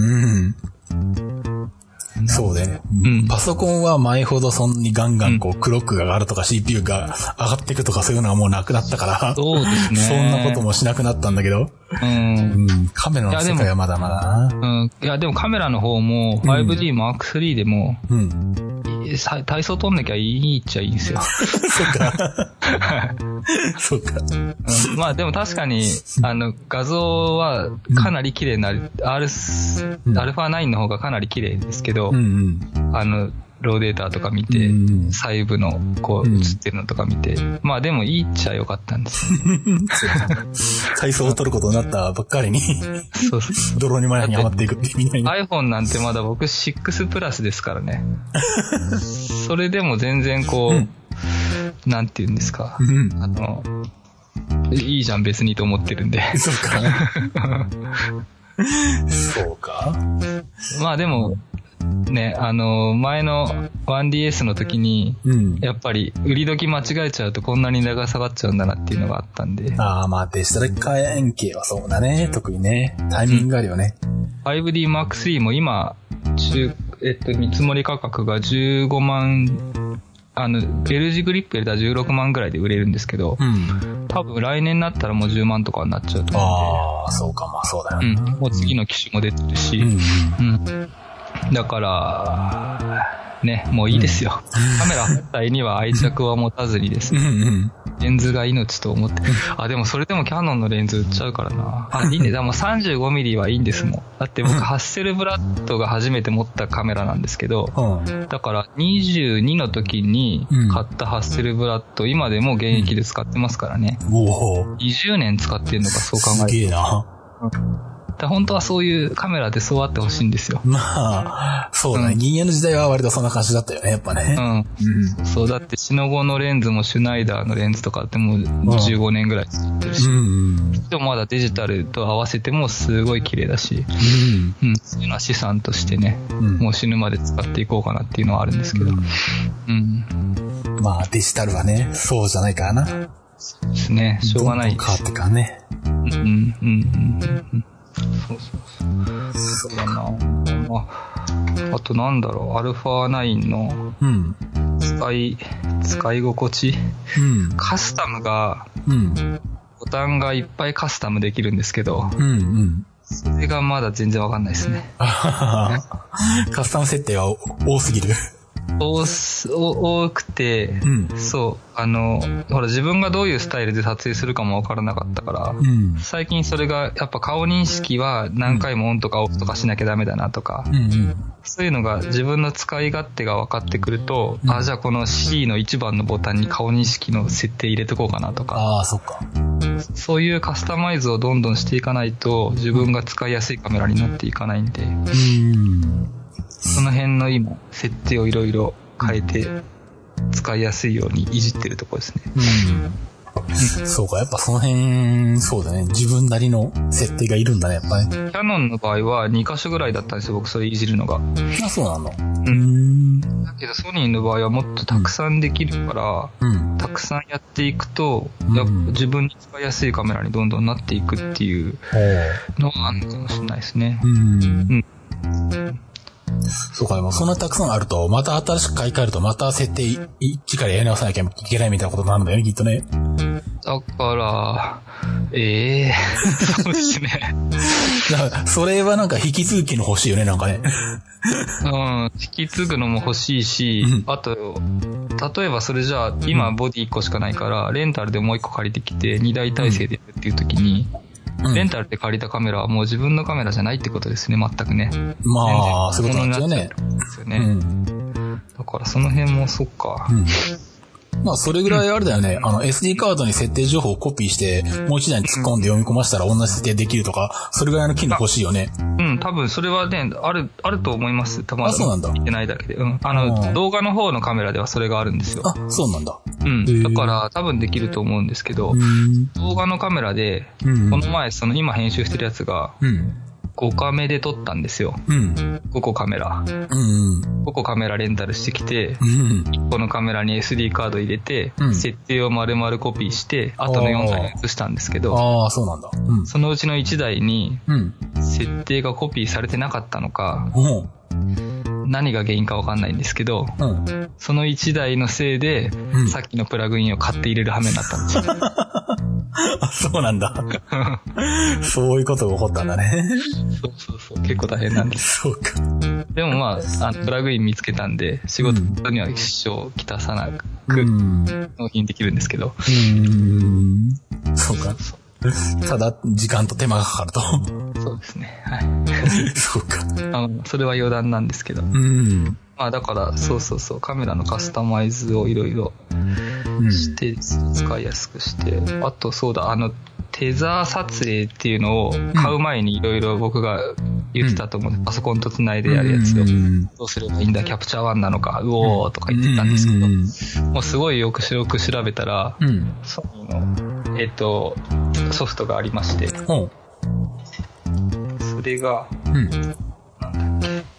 そうね。パソコンは前ほどそんなにガンガンこうクロックが上がるとか CPU が上がっていくとかそういうのはもうなくなったから。 そうですね。 そんなこともしなくなったんだけど。カメラの世界はまだまだな。 いやでもカメラの方も 5D Mark III でも、体操撮んなきゃいいっちゃいいんですよ。 そっか。そっか。 まあでも確かに、画像はかなり綺麗になる。α9 の方がかなり綺麗ですけど、ローデータとか見て、細部のこう映ってるのとか見て、まあでもいいっちゃよかったんですよ。 体操を撮ることになったばっかりに、泥に前にはまっていくってみたいな。 iPhone なんてまだ僕6プラスですからね。それでも全然こう、なんて言うんですか。いいじゃん別にと思ってるんで。 そうか。そうか。 まあでも、ね、前の 1DS の時に、やっぱり売り時間違えちゃうとこんなに値が下がっちゃうんだなっていうのがあったんで。 ああ、まあデジタル関係はそうだね。特にね。タイミングがあるよね。 5D Mark III も今、見積もり価格が15万、L 字グリップ入れたら16万ぐらいで売れるんですけど、多分来年になったらもう10万とかになっちゃうと思うんで。 ああ、そうか、まあそうだよね。 もう次の機種も出てるし、だから、ね、もういいですよ。カメラ本体には愛着は持たずにですね。レンズが命と思って。でもそれでもキヤノンのレンズ売っちゃうからな。いいね。でも 35mm はいいんですもん。だって僕ハッセルブラッドが初めて持ったカメラなんですけど、だから22の時に買ったハッセルブラッド、今でも現役で使ってますからね。20年使ってるのかそう考えると。 すげえな。 本当はそういうカメラでそうあってほしいんですよ。 まあ、そうだね。銀塩の時代は割とそんな感じだったよね、やっぱね。 そう、だってシノゴのレンズもシュナイダーのレンズとかってもう15年ぐらい使ってるし。でもまだデジタルと合わせてもすごい綺麗だし。そういうのは資産としてね、もう死ぬまで使っていこうかなっていうのはあるんですけど。 まあデジタルはね、そうじゃないからな。 そうですね、しょうがない。 変わってからね。 そうだな。あとなんだろう、α9 の使い心地、カスタムが、ボタンがいっぱいカスタムできるんですけど、それがまだ全然わかんないですね。 カスタム設定が多すぎる。 多くて、うん、そう、ほら自分がどういうスタイルで撮影するかもわからなかったから、うん、最近それがやっぱ顔認識は何回もオンとかオフとかしなきゃダメだなとか、うんうん、そういうのが自分の使い勝手が分かってくると、うん、じゃあこの C の1番のボタンに顔認識の設定入れとこうかなとか、 ああ、そっか。 そういうカスタマイズをどんどんしていかないと自分が使いやすいカメラになっていかないんで、その辺の今設定をいろいろ変えて使いやすいようにいじってるところですね。 そうか、やっぱその辺、そうだね。自分なりの設定がいるんだね、やっぱり。キャノンの場合は2箇所ぐらいだったんですよ、僕それいじるのが。 あ、そうなの。 だけどソニーの場合はもっとたくさんできるから、たくさんやっていくと、やっぱ自分に使いやすいカメラにどんどんなっていくっていうのがあるのかもしれないですね。 そうか、でもそんなたくさんあると、また新しく買い替えると、また設定一からやり直さなきゃいけないみたいなことになるんだよね、きっとね。 だから、そうですね。 だからそれはなんか引き継ぐ機能欲しいよね、なんかね。 引き継ぐのも欲しいし、あと、例えばそれじゃあ、今ボディ1個しかないから、レンタルでもう1個借りてきて、2台体制でやるっていう時に、レンタルで借りたカメラはもう自分のカメラじゃないってことですね、全くね。 まあ、そういうことなんですよね。 だからその辺もそっか。 まあ、それぐらいあれだよね。SD カードに設定情報をコピーして、もう一台に突っ込んで読み込ませたら同じ設定できるとか、それぐらいの機能欲しいよね。 多分それはね、あると思います。 あ、そうなんだ。 見てないだけで。動画の方のカメラではそれがあるんですよ。 あ、そうなんだ。 だから多分できると思うんですけど、動画のカメラで、この前今編集してるやつが、5カメで撮ったんですよ。5個カメラ。5個カメラレンタルしてきて、1個のカメラに SD カード入れて、設定を丸々コピーして、あとの4台に移したんですけど、 ああ、そうなんだ。 そのうちの1台に、設定がコピーされてなかったのか、何が原因かわかんないんですけど、その1台のせいで、さっきのプラグインを買って入れる羽目になったんですよ。 あ、そうなんだ。そういうことが起こったんだね。 そう。結構大変なんです。 そうか。 でもまあ、プラグイン見つけたんで、仕事には一生きたさなく、納品できるんですけど。 そうか。ただ、時間と手間がかかると。 そうですね。はい。 そうか。 それは余談なんですけど。まあだから、そう、カメラのカスタマイズをいろいろして、使いやすくして、あとそうだ、テザー撮影っていうのを買う前にいろいろ僕が言ってたと思う、パソコンと繋いでやるやつを、どうすればいいんだ、キャプチャー1なのか、うおーとか言ってたんですけど、もうすごいよく調べたら、ソニーの、ソフトがありまして、それが、なんだっけ、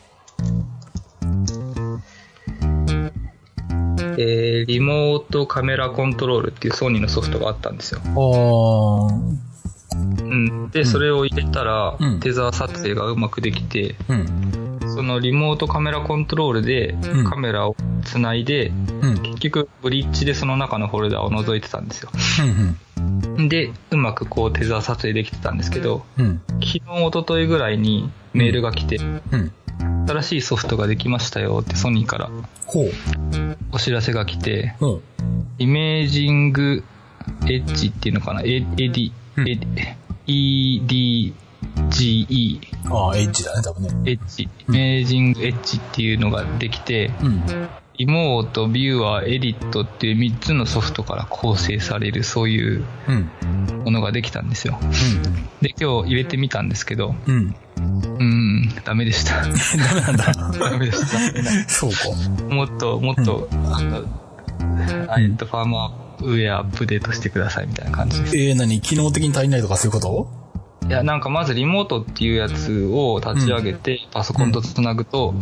リモートカメラコントロールっていうソニーのソフトがあったんですよ。で、それを入れたら、テザー撮影がうまくできて、そのリモートカメラコントロールでカメラをつないで、結局ブリッジでその中のフォルダを覗いてたんですよ。で、うまくこうテザー撮影できてたんですけど、昨日一昨日ぐらいにメールが来て、新しいソフトができましたよってソニーからお知らせが来て、イメージングエッジっていうのかな、EDGE。 ああ、エッジだね、多分ね。 エッジ。イメージングエッジっていうのができて、リモート、ビューアー、エディットっていう3つのソフトから構成されるそういうものができたんですよ。で、今日入れてみたんですけど、ダメでした。 ダメなんだ。 ダメでした。 そうか。 もっと、ファームアウェアアップデートしてくださいみたいな感じです。 何機能的に足りないとかそういうこと？ いや、なんかまずリモートっていうやつを立ち上げて、パソコンとつなぐと、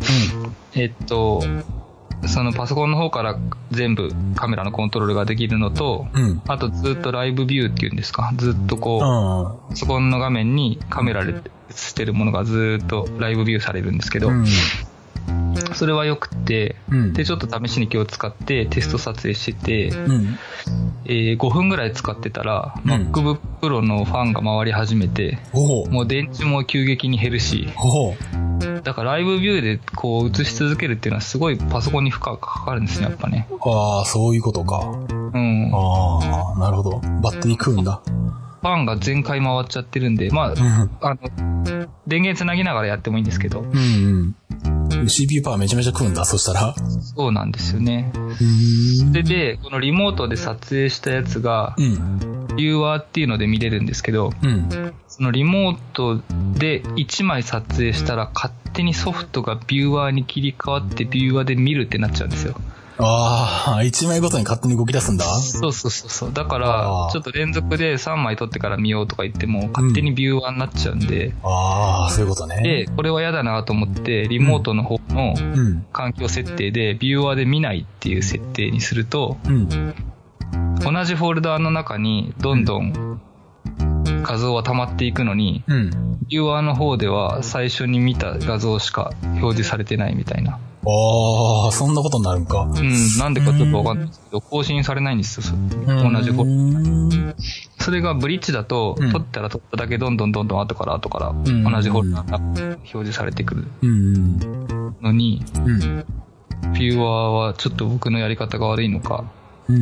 そのパソコンの方から全部カメラのコントロールができるのと、あとずっとライブビューっていうんですか、ずっとこう、パソコンの画面にカメラで映してるものがずっとライブビューされるんですけど、それはよくて、で、ちょっと試しに今日使ってテスト撮影してて、5分ぐらい使ってたら、MacBook Pro のファンが回り始めて、もう電池も急激に減るし、 だからライブビューでこう映し続けるっていうのはすごいパソコンに負荷がかかるんですね、やっぱね。 ああ、そういうことか。 うん。 ああ、なるほど。バッテリー食うんだ。 ファンが全開回っちゃってるんで、まあ、電源つなぎながらやってもいいんですけど。 うんうん。CPU パワーめちゃめちゃ食うんだ、そしたら。 そうなんですよね。で、このリモートで撮影したやつが、ビューワーっていうので見れるんですけど、そのリモートで1枚撮影したら勝手にソフトがビューワーに切り替わってビューワーで見るってなっちゃうんですよ。 ああ、1枚ごとに勝手に動き出すんだ。 そう。だから、ちょっと連続で3枚撮ってから見ようとか言っても、勝手にビューワーになっちゃうんで。 ああ、そういうことね。 で、これは嫌だなと思って、リモートの方の環境設定で、ビューワーで見ないっていう設定にすると、同じフォルダーの中にどんどん画像は溜まっていくのに、ビューワーの方では最初に見た画像しか表示されてないみたいな。 ああ、そんなことになるんか。 なんでかちょっとわかんないですけど、更新されないんですよ、同じフォルダ。それがブリッジだと、撮ったら撮っただけどんどん後から同じフォルダが表示されてくるのに、ビューワーはちょっと僕のやり方が悪いのか、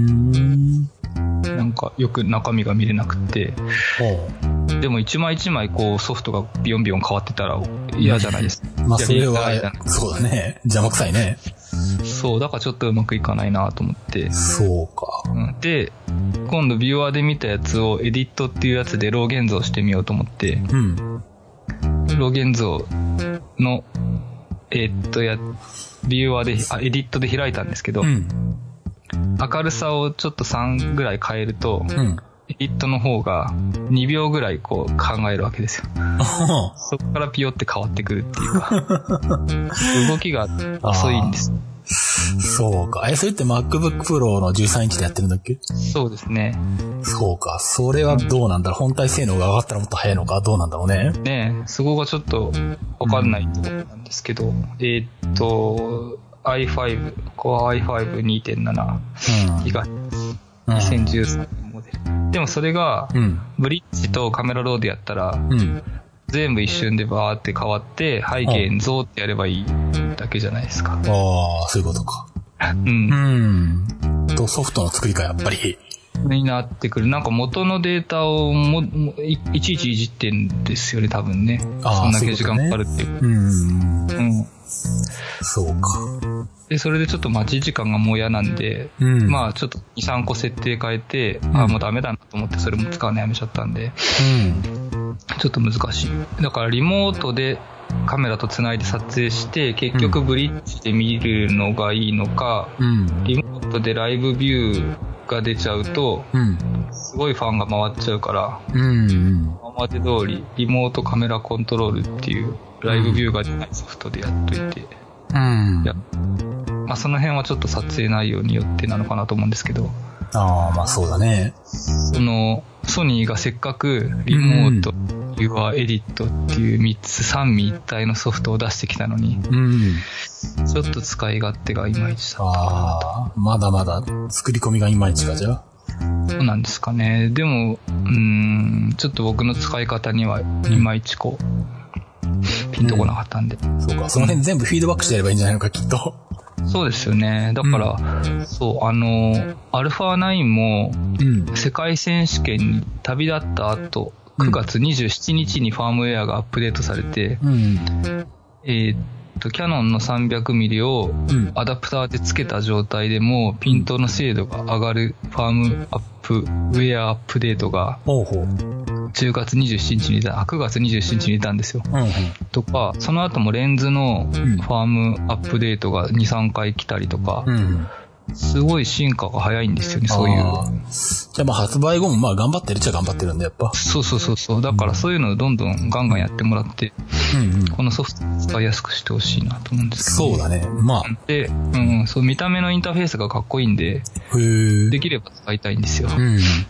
なんかよく中身が見れなくて、でも一枚一枚こうソフトがビヨンビヨン変わってたら嫌じゃないですか。 まあそれはそうだね、邪魔くさいね。 そうだからちょっとうまくいかないなと思って。 そうか。 で今度ビューワーで見たやつをエディットっていうやつでロー現像してみようと思って、ロー現像のビューワーでエディットで開いたんですけど、明るさをちょっと3ぐらい変えると、エディットの方が2秒ぐらいこう考えるわけですよ。そこからピヨって変わってくるっていうか、動きが遅いんです。 そうか。それって MacBook Pro の13インチでやってるんだっけ？ そうですね。 そうか。それはどうなんだろう。本体性能が上がったらもっと早いのかどうなんだろうね。 ねえ、そこがちょっとわかんないところなんですけど、i5、Core i5 2.7 ギガ2013年モデル。でもそれが、ブリッジとカメラローでやったら、全部一瞬でバーって変わって、背景ゾーってやればいいだけじゃないですか。 ああ、そういうことか。ソフトの作りか、やっぱり。 になってくる。なんか元のデータをいちいちいじってんですよね、多分ね。そんだけ時間かかるっていう。 そうか。 で、それでちょっと待ち時間がもう嫌なんで、まあちょっと2、3個設定変えて、もうダメだなと思ってそれも使うのやめちゃったんで、ちょっと難しい。だからリモートでカメラとつないで撮影して、結局ブリッジで見るのがいいのか、リモートでライブビューが出ちゃうと、すごいファンが回っちゃうから、今まで通りリモートカメラコントロールっていうライブビューが出ないソフトでやっといて、まあその辺はちょっと撮影内容によってなのかなと思うんですけど。 ああ、まあそうだね。 ソニーがせっかくリモート、ビューアーエディットっていう3つ三位一体のソフトを出してきたのに、ちょっと使い勝手がいまいちだったかなと。 まだまだ作り込みがいまいちか、じゃあ。 そうなんですかね。でも、ちょっと僕の使い方にはいまいちこう、ピンとこなかったんで。 そうか、その辺全部フィードバックしてやればいいんじゃないのか、きっと。 そうですよね。だから、そう、アルファ9も、世界選手権に旅立った後、9月27日にファームウェアがアップデートされて、キヤノンの 300mm をアダプターで付けた状態でもピントの精度が上がるファームアップウェアアップデートが10月27日に9月27日に出たんですよ、とかその後もレンズのファームアップデートが 2,3 回来たりとか、すごい進化が早いんですよね、そういう。 じゃあまあ発売後もまあ頑張ってるっちゃ頑張ってるんで、やっぱ。 そう。だからそういうのをどんどんガンガンやってもらって、このソフトを使いやすくしてほしいなと思うんですけど、ね。そうだね。まあ。で、そう、見た目のインターフェースがかっこいいんで、できれば使いたいんですよ。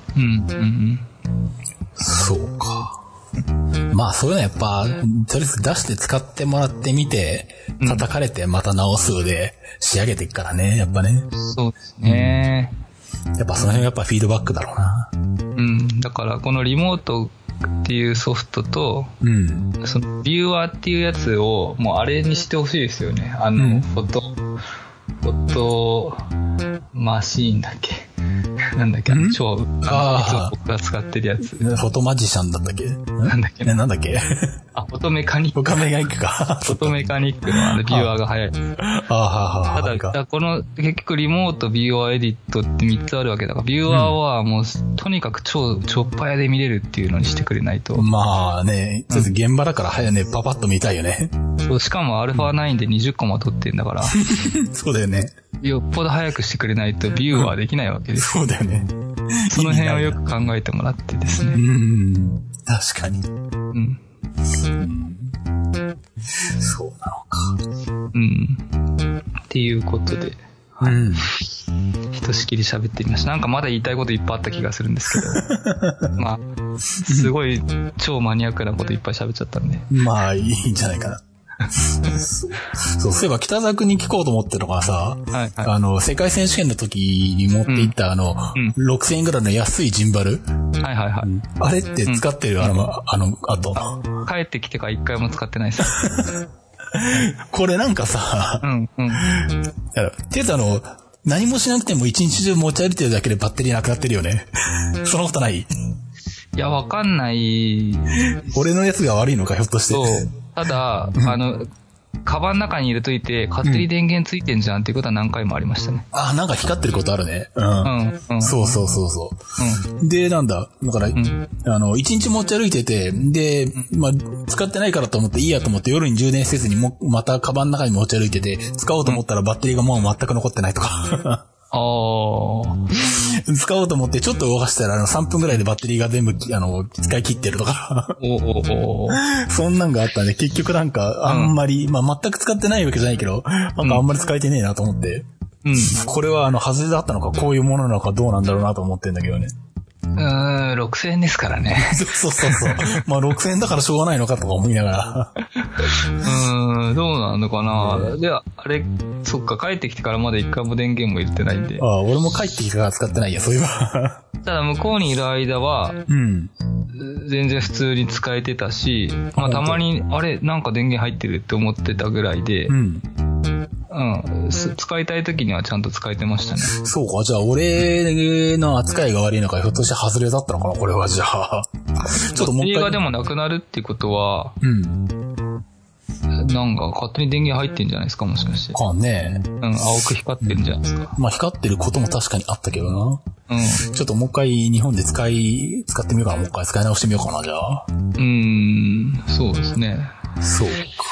そうか。まあそういうのやっぱ、とりあえず出して使ってもらってみて、叩かれてまた直すで仕上げていくからね、やっぱね。 そうですね。 やっぱその辺やっぱフィードバックだろうな。 だからこのリモートっていうソフトと、そのビューアーっていうやつをもうあれにしてほしいですよね。フォトマシーンだっけなんだっけ、いつも僕が使ってるやつ。 フォトマジシャンだったっけなんだっけなんだっけフォトメカニック。 フォトメカニックか。 フォトメカニックのビューアーが早い。ただ、この、結局リモート、ビューアー、エディットって3つあるわけだから、ビューアーはもう、とにかくちょっぱやで見れるっていうのにしてくれないと。 まあね、ちょっと現場だから早ね、パパッと見たいよね。 そう、しかも α9 で20コマ撮ってんだから。 そうだよね。 よっぽど早くしてくれないとビューはできないわけです。 そうだよね。 その辺をよく考えてもらってですね。 確かに。そうなのか。 っていうことで、ひとしきり喋ってみました。なんかまだ言いたいこといっぱいあった気がするんですけど、まあ、すごい超マニアックなこといっぱい喋っちゃったんで。 まあ、いいんじゃないかな。そういえば北澤君に聞こうと思ってるのがさ、世界選手権の時に持っていった6000円ぐらいの安いジンバル。あれって使ってるあと。 帰ってきてから一回も使ってないです。 これなんかさ、ていうと何もしなくても一日中持ち歩いてるだけでバッテリーなくなってるよね。そんなことない？ いや、わかんない。 俺のやつが悪いのか、ひょっとして。 そう。ただ、カバンの中に入れといて、勝手に電源ついてんじゃんっていうことは何回もありましたね。 なんか光ってることあるね。そう。で、なんだ。だから、一日持ち歩いてて、で、まあ、使ってないからと思っていいやと思って夜に充電せずにまたカバンの中に持ち歩いてて、使おうと思ったらバッテリーがもう全く残ってないとか。使おうと思ってちょっと動かしたら3分ぐらいでバッテリーが全部使い切ってるとかそんなんがあったんで結局なんかあんまり、まあ全く使ってないわけじゃないけどなんかあんまり使えてねえなと思って、これは外れだったのかこういうものなのかどうなんだろうなと思ってんだけどね。 6000円ですからね。 そう。まあ6000円だからしょうがないのかとか思いながら。どうなのかな。で、あれ、そっか、帰ってきてからまだ一回も電源も入れてないんで。 俺も帰ってきてから使ってないや、そういえば。 ただ向こうにいる間は、全然普通に使えてたし、まあたまに、あれ、なんか電源入ってるって思ってたぐらいで、使いたい時にはちゃんと使えてましたね。 そうか、じゃあ俺の扱いが悪いのか、ひょっとして外れだったのかな、これはじゃあ。 ちょっともう一回。がでもなくなるっていうことは、なんか勝手に電源入ってんじゃないですか、もしかして。 かね。 青く光ってるんじゃないですか。 まあ光ってることも確かにあったけどな。ちょっともう一回日本で使ってみようかな、もう一回使い直してみようかな、じゃあ。 そうですね。 そうか。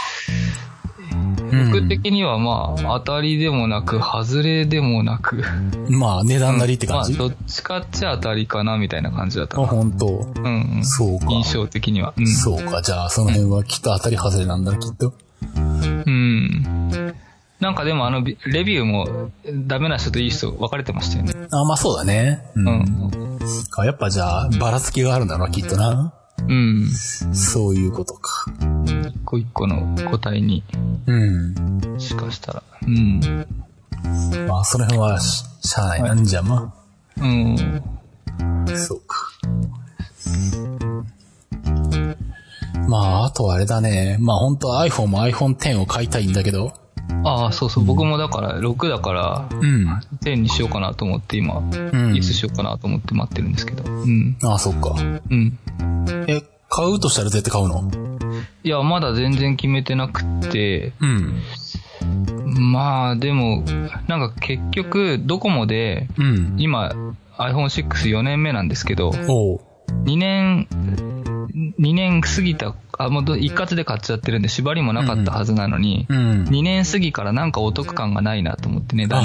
僕的にはまあ、当たりでもなく、外れでもなく。 まあ、値段なりって感じ、 まあ、どっちかっちゃ当たりかな、みたいな感じだった。 本当。そうか。 印象的には。 そうか。じゃあ、その辺はきっと当たり外れなんだ、きっと。 なんかでもレビューもダメな人といい人分かれてましたよね。 まあそうだね。やっぱじゃあ、ばらつきがあるんだろう、きっとな。そういうことか。 一個一個の個体に。しかしたら。 まあ、その辺はしゃあないなんじゃ、まあ。そうか。まあ、あとはあれだね。まあ本当は iPhone も iPhone X を買いたいんだけど。 そう。僕もだから、6だから、10にしようかなと思って今、いつしようかなと思って待ってるんですけど。 そっか。買うとしたら絶対買うの？ いや、まだ全然決めてなくて、まあ、でも、なんか結局、ドコモで、今、iPhone6 4年目なんですけど、2年過ぎた、もう一括で買っちゃってるんで縛りもなかったはずなのに、2年過ぎからなんかお得感がないなと思ってね、だ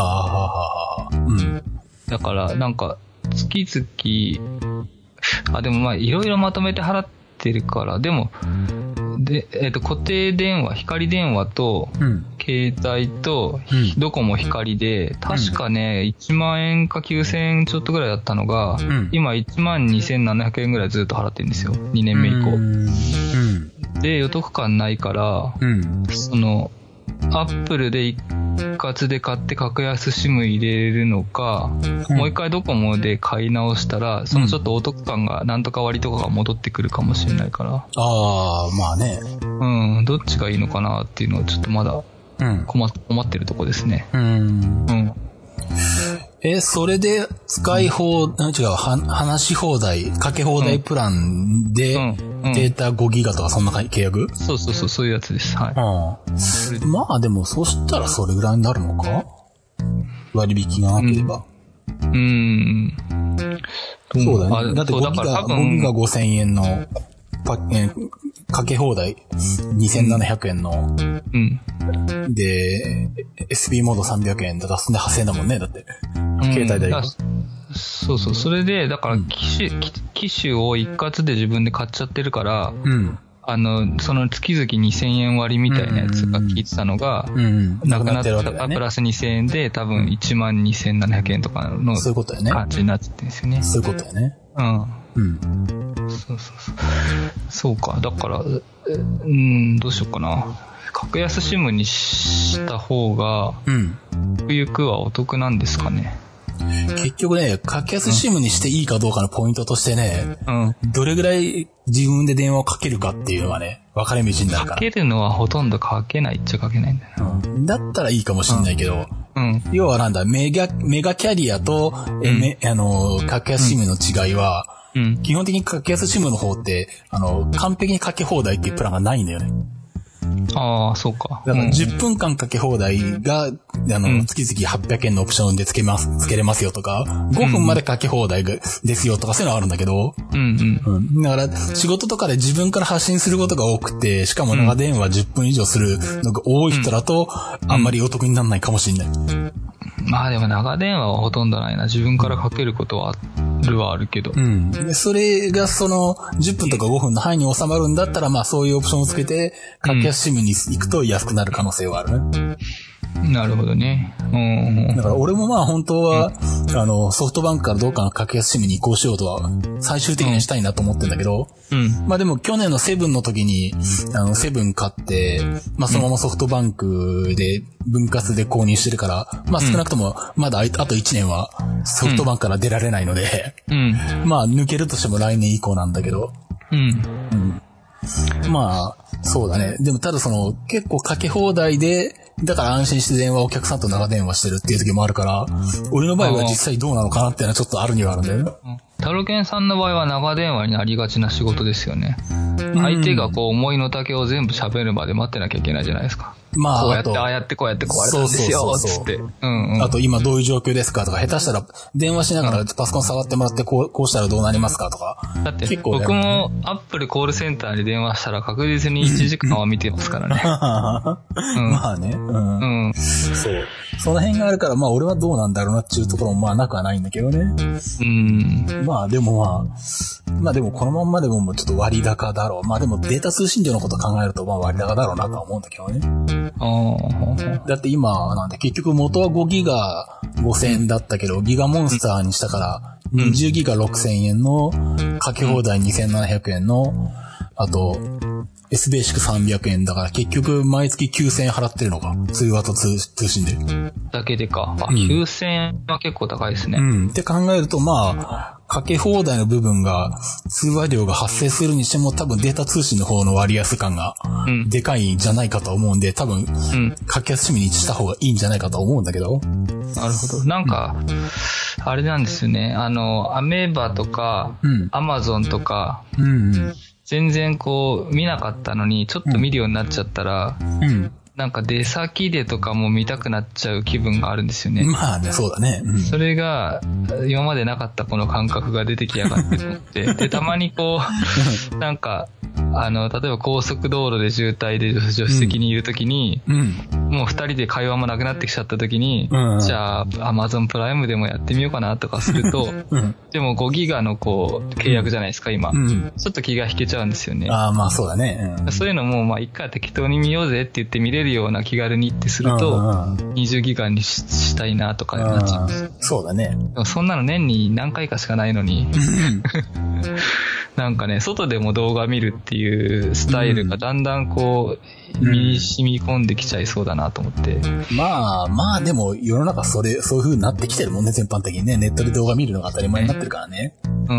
からなんか月々、でもまあいろいろまとめて払ってるから、でも、固定電話、光電話と、携帯と、ドコモ光で、確かね、1万円か9000円ちょっとぐらいだったのが、今12,700円ぐらいずっと払ってるんですよ。2年目以降。で、お得感ないから、アップルで一括で買って格安SIM入れるのか、もう一回ドコモで買い直したら、そのちょっとお得感が、なんとか割とかが戻ってくるかもしれないから。 ああ、まあね。 うん、どっちがいいのかなっていうのをちょっとまだ困ってるとこですね。 それで使い話し放題、かけ放題プランで、データ5ギガとかそんな契約？ そういうやつです。はい。 まあでも、そしたらそれぐらいになるのか？割引がなければ。そうだね。だって5ギガ5000円のかけ放題2700円の、で SB モード300円だからそんで8000円だもんね。だって携帯代が、 そうそれでだから機種を一括で自分で買っちゃってるから、その月々2000円割みたいなやつが聞いてたのが、なくなったらプラス2000円で多分12700円とかの感じになってるんですよね。 そういうことやね。 そうか。だから、どうしようかな。格安SIMにした方が、ゆくはお得なんですかね。 結局ね、格安SIMにしていいかどうかのポイントとしてね、どれぐらい自分で電話をかけるかっていうのはね、分かれ道になるから。 かけるのはほとんどかけないっちゃかけないんだよな。 だったらいいかもしんないけど、要はなんだ、メガキャリアと、格安SIMの違いは、基本的に格安SIMの方って、完璧にかけ放題っていうプランがないんだよね。 ああ、そうか。 だから10分間かけ放題が、月々800円のオプションでつけれますよとか、5分までかけ放題ですよとかそういうのはあるんだけど、だから仕事とかで自分から発信することが多くて、しかも長電話10分以上するのが多い人だと、あんまりお得にならないかもしれない。 まあでも長電話はほとんどないな。自分からかけることはあるけど。 でそれがその10分とか5分の範囲に収まるんだったら、まあそういうオプションをつけて、格安SIMに行くと安くなる可能性はあるね。 なるほどね。 だから俺もまあ本当は、ソフトバンクからどうかの格安SIMに移行しようとは最終的にはしたいなと思ってんだけど、まあでも去年のセブンの時に、セブン買って、まあそのままソフトバンクで分割で購入してるから、まあ少なくともまだあと1年はソフトバンクから出られないので、まあ抜けるとしても来年以降なんだけど、まあ、そうだね。でもただ結構かけ放題で、だから安心してお客さんと長電話してるっていう時もあるから、俺の場合は実際どうなのかなっていうのはちょっとあるにはあるんだよね。 タロケンさんの場合は長電話になりがちな仕事ですよね。相手が思いの丈を全部喋るまで待ってなきゃいけないじゃないですか。まあ、こうやって、ああやってこうやって壊れたんですよ、つって。 あと今どういう状況ですかとか、下手したら電話しながらパソコン触ってもらってこうしたらどうなりますかとか。 だって僕もアップルコールセンターに電話したら確実に1時間は見てますからね。 まあね。そう。その辺があるから、まあ俺はどうなんだろうなっていうところもまあなくはないんだけどね。まあでもまあでもこのまんまでもちょっと割高だろう。まあでもデータ通信量のこと考えるとまあ割高だろうなとは思うんだけどね。だって今なんで結局元は5ギガ5000円だったけど、ギガモンスターにしたから20ギガ6000円のかけ放題2700円の、あと S ベーシック300円だから結局毎月9000円払ってるのか。通話と通信で。 だけでか。9000円は結構高いですね。 って考えるとまあ、かけ放題の部分が通話料が発生するにしても多分データ通信の方の割安感がでかいんじゃないかと思うんで、多分格安SIMにした方がいいんじゃないかと思うんだけど。 なるほど。なんか、あれなんですよね。アメーバとか、アマゾンとか、全然見なかったのに、ちょっと見るようになっちゃったら、なんか出先でとかも見たくなっちゃう気分があるんですよね。 まあね、そうだね。 それが、今までなかったこの感覚が出てきやがってと思って。で、たまになんか、例えば高速道路で渋滞で助手席にいるときに、もう二人で会話もなくなってきちゃったときに、じゃあ、Amazon プライムでもやってみようかなとかすると、でも5ギガの契約じゃないですか、今。ちょっと気が引けちゃうんですよね。 ああ、まあそうだね。 そういうのも、まあ一回適当に見ようぜって言って見れるような気軽にってすると、20ギガにしたいなとかなっちゃうんです。 そうだね。 そんなの年に何回かしかないのに、 なんかね、外でも動画見るっていうスタイルがだんだんこう、身に染み込んできちゃいそうだなと思って。 まあでも世の中そういう風になってきてるもんね、全般的にね。ネットで動画見るのが当たり前になってるからね。 うん。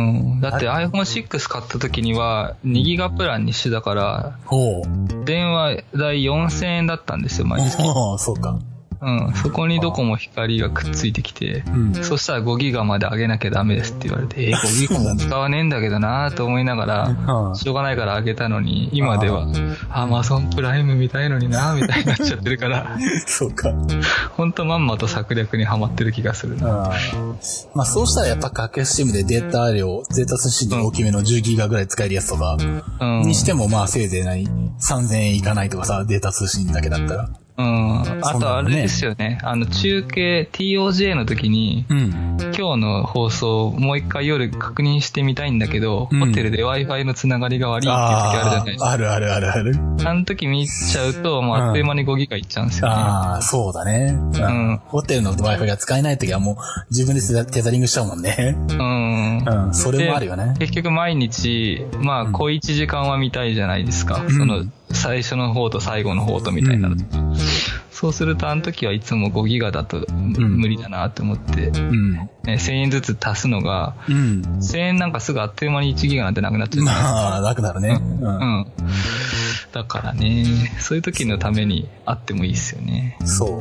だって iPhone 6買った時には2ギガプランにしてたから、電話代4000円だったんですよ、毎月。 そうか。 うん。そこにドコモ光がくっついてきて、そしたら5ギガまで上げなきゃダメですって言われて、5ギガも使わねえんだけどなと思いながら、しょうがないから上げたのに、今では、Amazon プライム見たいのになみたいになっちゃってるから、 そうか。 ほんとまんまと策略にはまってる気がするな。 まあそうしたらやっぱ格安 SIM でデータ通信量大きめの10ギガぐらい使えるやつとか、にしてもまあせいぜい3000円いかないとかさ、データ通信だけだったら。 うん。あとあれですよね。中継 TOJ の時に、今日の放送をもう一回夜確認してみたいんだけど、ホテルで Wi-Fi のつながりが悪いっていう時あるじゃないですか。ある。あの時見ちゃうと、もうあっという間に5ギガいっちゃうんですよね。 そうだね。ホテルの Wi-Fi が使えない時はもう自分でテザリングしちゃうもんね。それもあるよね。 結局毎日、まあ小1時間は見たいじゃないですか。その、最初の方と最後の方とみたいな。そうするとあの時はいつも5ギガだと無理だなって思って、1000円ずつ足すのが、1000円なんかすぐあっという間に1ギガなんてなくなっちゃう。 なくなるね。 だからね、そういう時のためにあってもいいですよね。 そう。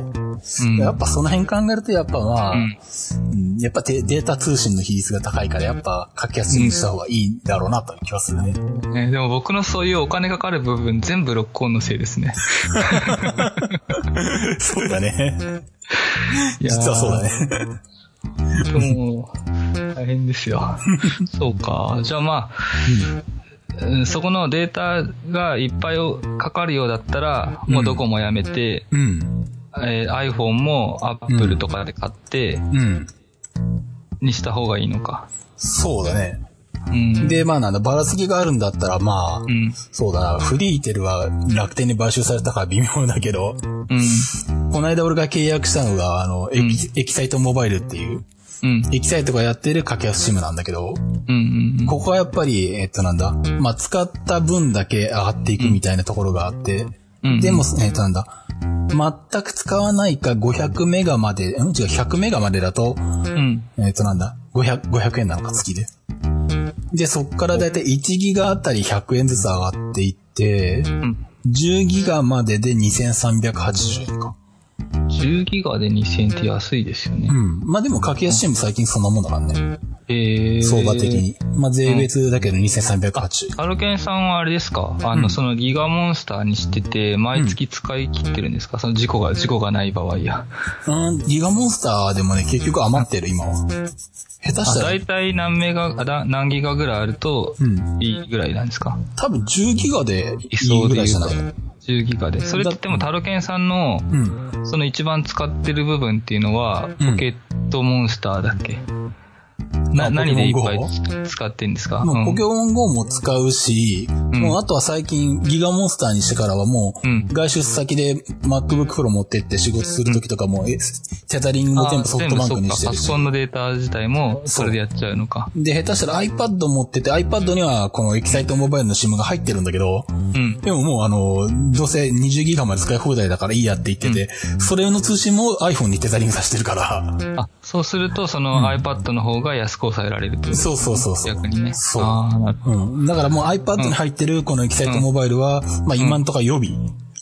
やっぱその辺考えるとやっぱやっぱデータ通信の比率が高いからやっぱ格安にした方がいいんだろうなという気がするね。 でも僕のそういうお金かかる部分全部ロックオンのせいですね。 そうだね。実はそうだね。 もう大変ですよ。そうか。じゃあまあ、そこのデータがいっぱいかかるようだったら、もうどこもやめて、iPhone も Apple とかで買って、にした方がいいのか。 そうだね。で、まあばらつきがあるんだったら、まあ、そうだな、フリーテルは楽天に買収されたから微妙だけど、この間俺が契約したのが、エキサイトモバイルっていう、エキサイトがやってる格安 SIM なんだけど、ここはやっぱり、まあ使った分だけ上がっていくみたいなところがあって、でも、全く使わないか500メガまで、100メガまでだと、500円なのか月で。で、そっからだいたい1ギガあたり100円ずつ上がっていって、10ギガまでで2380円か。 10ギガで2000円って安いですよね。 まあでも格安 SIM 最近そんなもんだからね。相場的に。まあ税別だけど2380円。 タロケンさんはあれですかそのギガモンスターにしてて、毎月使い切ってるんですかその事故がない場合や。 ギガモンスターでもね、結局余ってる今は。下手したら。 だいたい何ギガぐらいあるといいぐらいなんですか多分10ギガでいいぐらいじゃない 10ギガで。それって言ってもタロケンさんの、その一番使ってる部分っていうのは、ポケットモンスターだっけ何でいっぱい使ってんですか？ ポケモン GO も使うし、もうあとは最近ギガモンスターにしてからはもう、外出先で MacBook Pro 持ってって仕事するときとかも、テザリングも全部ソフトバンクにしてるし。 パソコンのデータ自体もそれでやっちゃうのか。 で、下手したら iPad 持ってて、iPad にはこのエキサイトモバイルの SIM が入ってるんだけど、でももうどうせ20ギガまで使い放題だからいいやって言ってて、それの通信も iPhone にテザリングさせてるから。 そうするとその iPad の方が安く抑えられるという。 そう。 逆にね。 そう。だからもう iPad に入ってるこのエキサイトモバイルは、まあ今んとこ予備。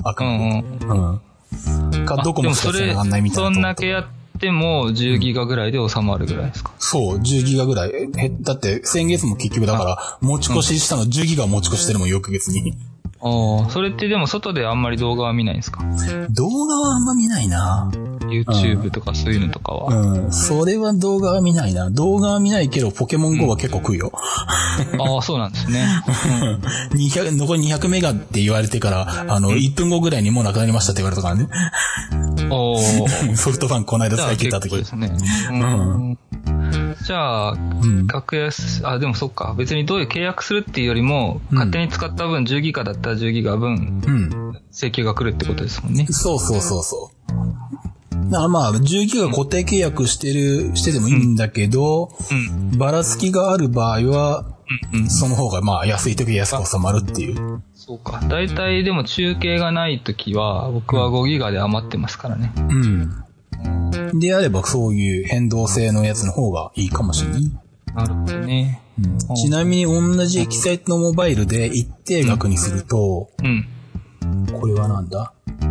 どこもしか繋がんないみたいな。 そんだけやっても10ギガぐらいで収まるぐらいですか？ そう、10ギガぐらい。だって先月も結局だから持ち越ししたの10ギガ持ち越してるもん翌月に。 それってでも外であんまり動画は見ないんですか？ 動画はあんま見ないな。 YouTube とかそういうのとかは。 それは動画は見ないな。動画は見ないけど、ポケモン GO は結構食うよ。 そうなんですね。 残り200メガって言われてから、1分後ぐらいにもうなくなりましたって言われたからね。ソフトバンクこの間使い切った時。 ですね。じゃあ、格安、でもそっか。別にどういう契約するっていうよりも、勝手に使った分10ギガだったら10ギガ分、請求が来るってことですもんね。 そう。だからまあ、10ギガ固定契約しててもいいんだけど、ばらつきがある場合は、 その方がまあ安い時安く収まるっていう。 そうか。だいたいでも中継がない時は、僕は5ギガで余ってますからね。 であればそういう変動性のやつの方がいいかもしれない。 なるほどね。 ちなみに同じエキサイトのモバイルで一定額にすると、これはなんだ？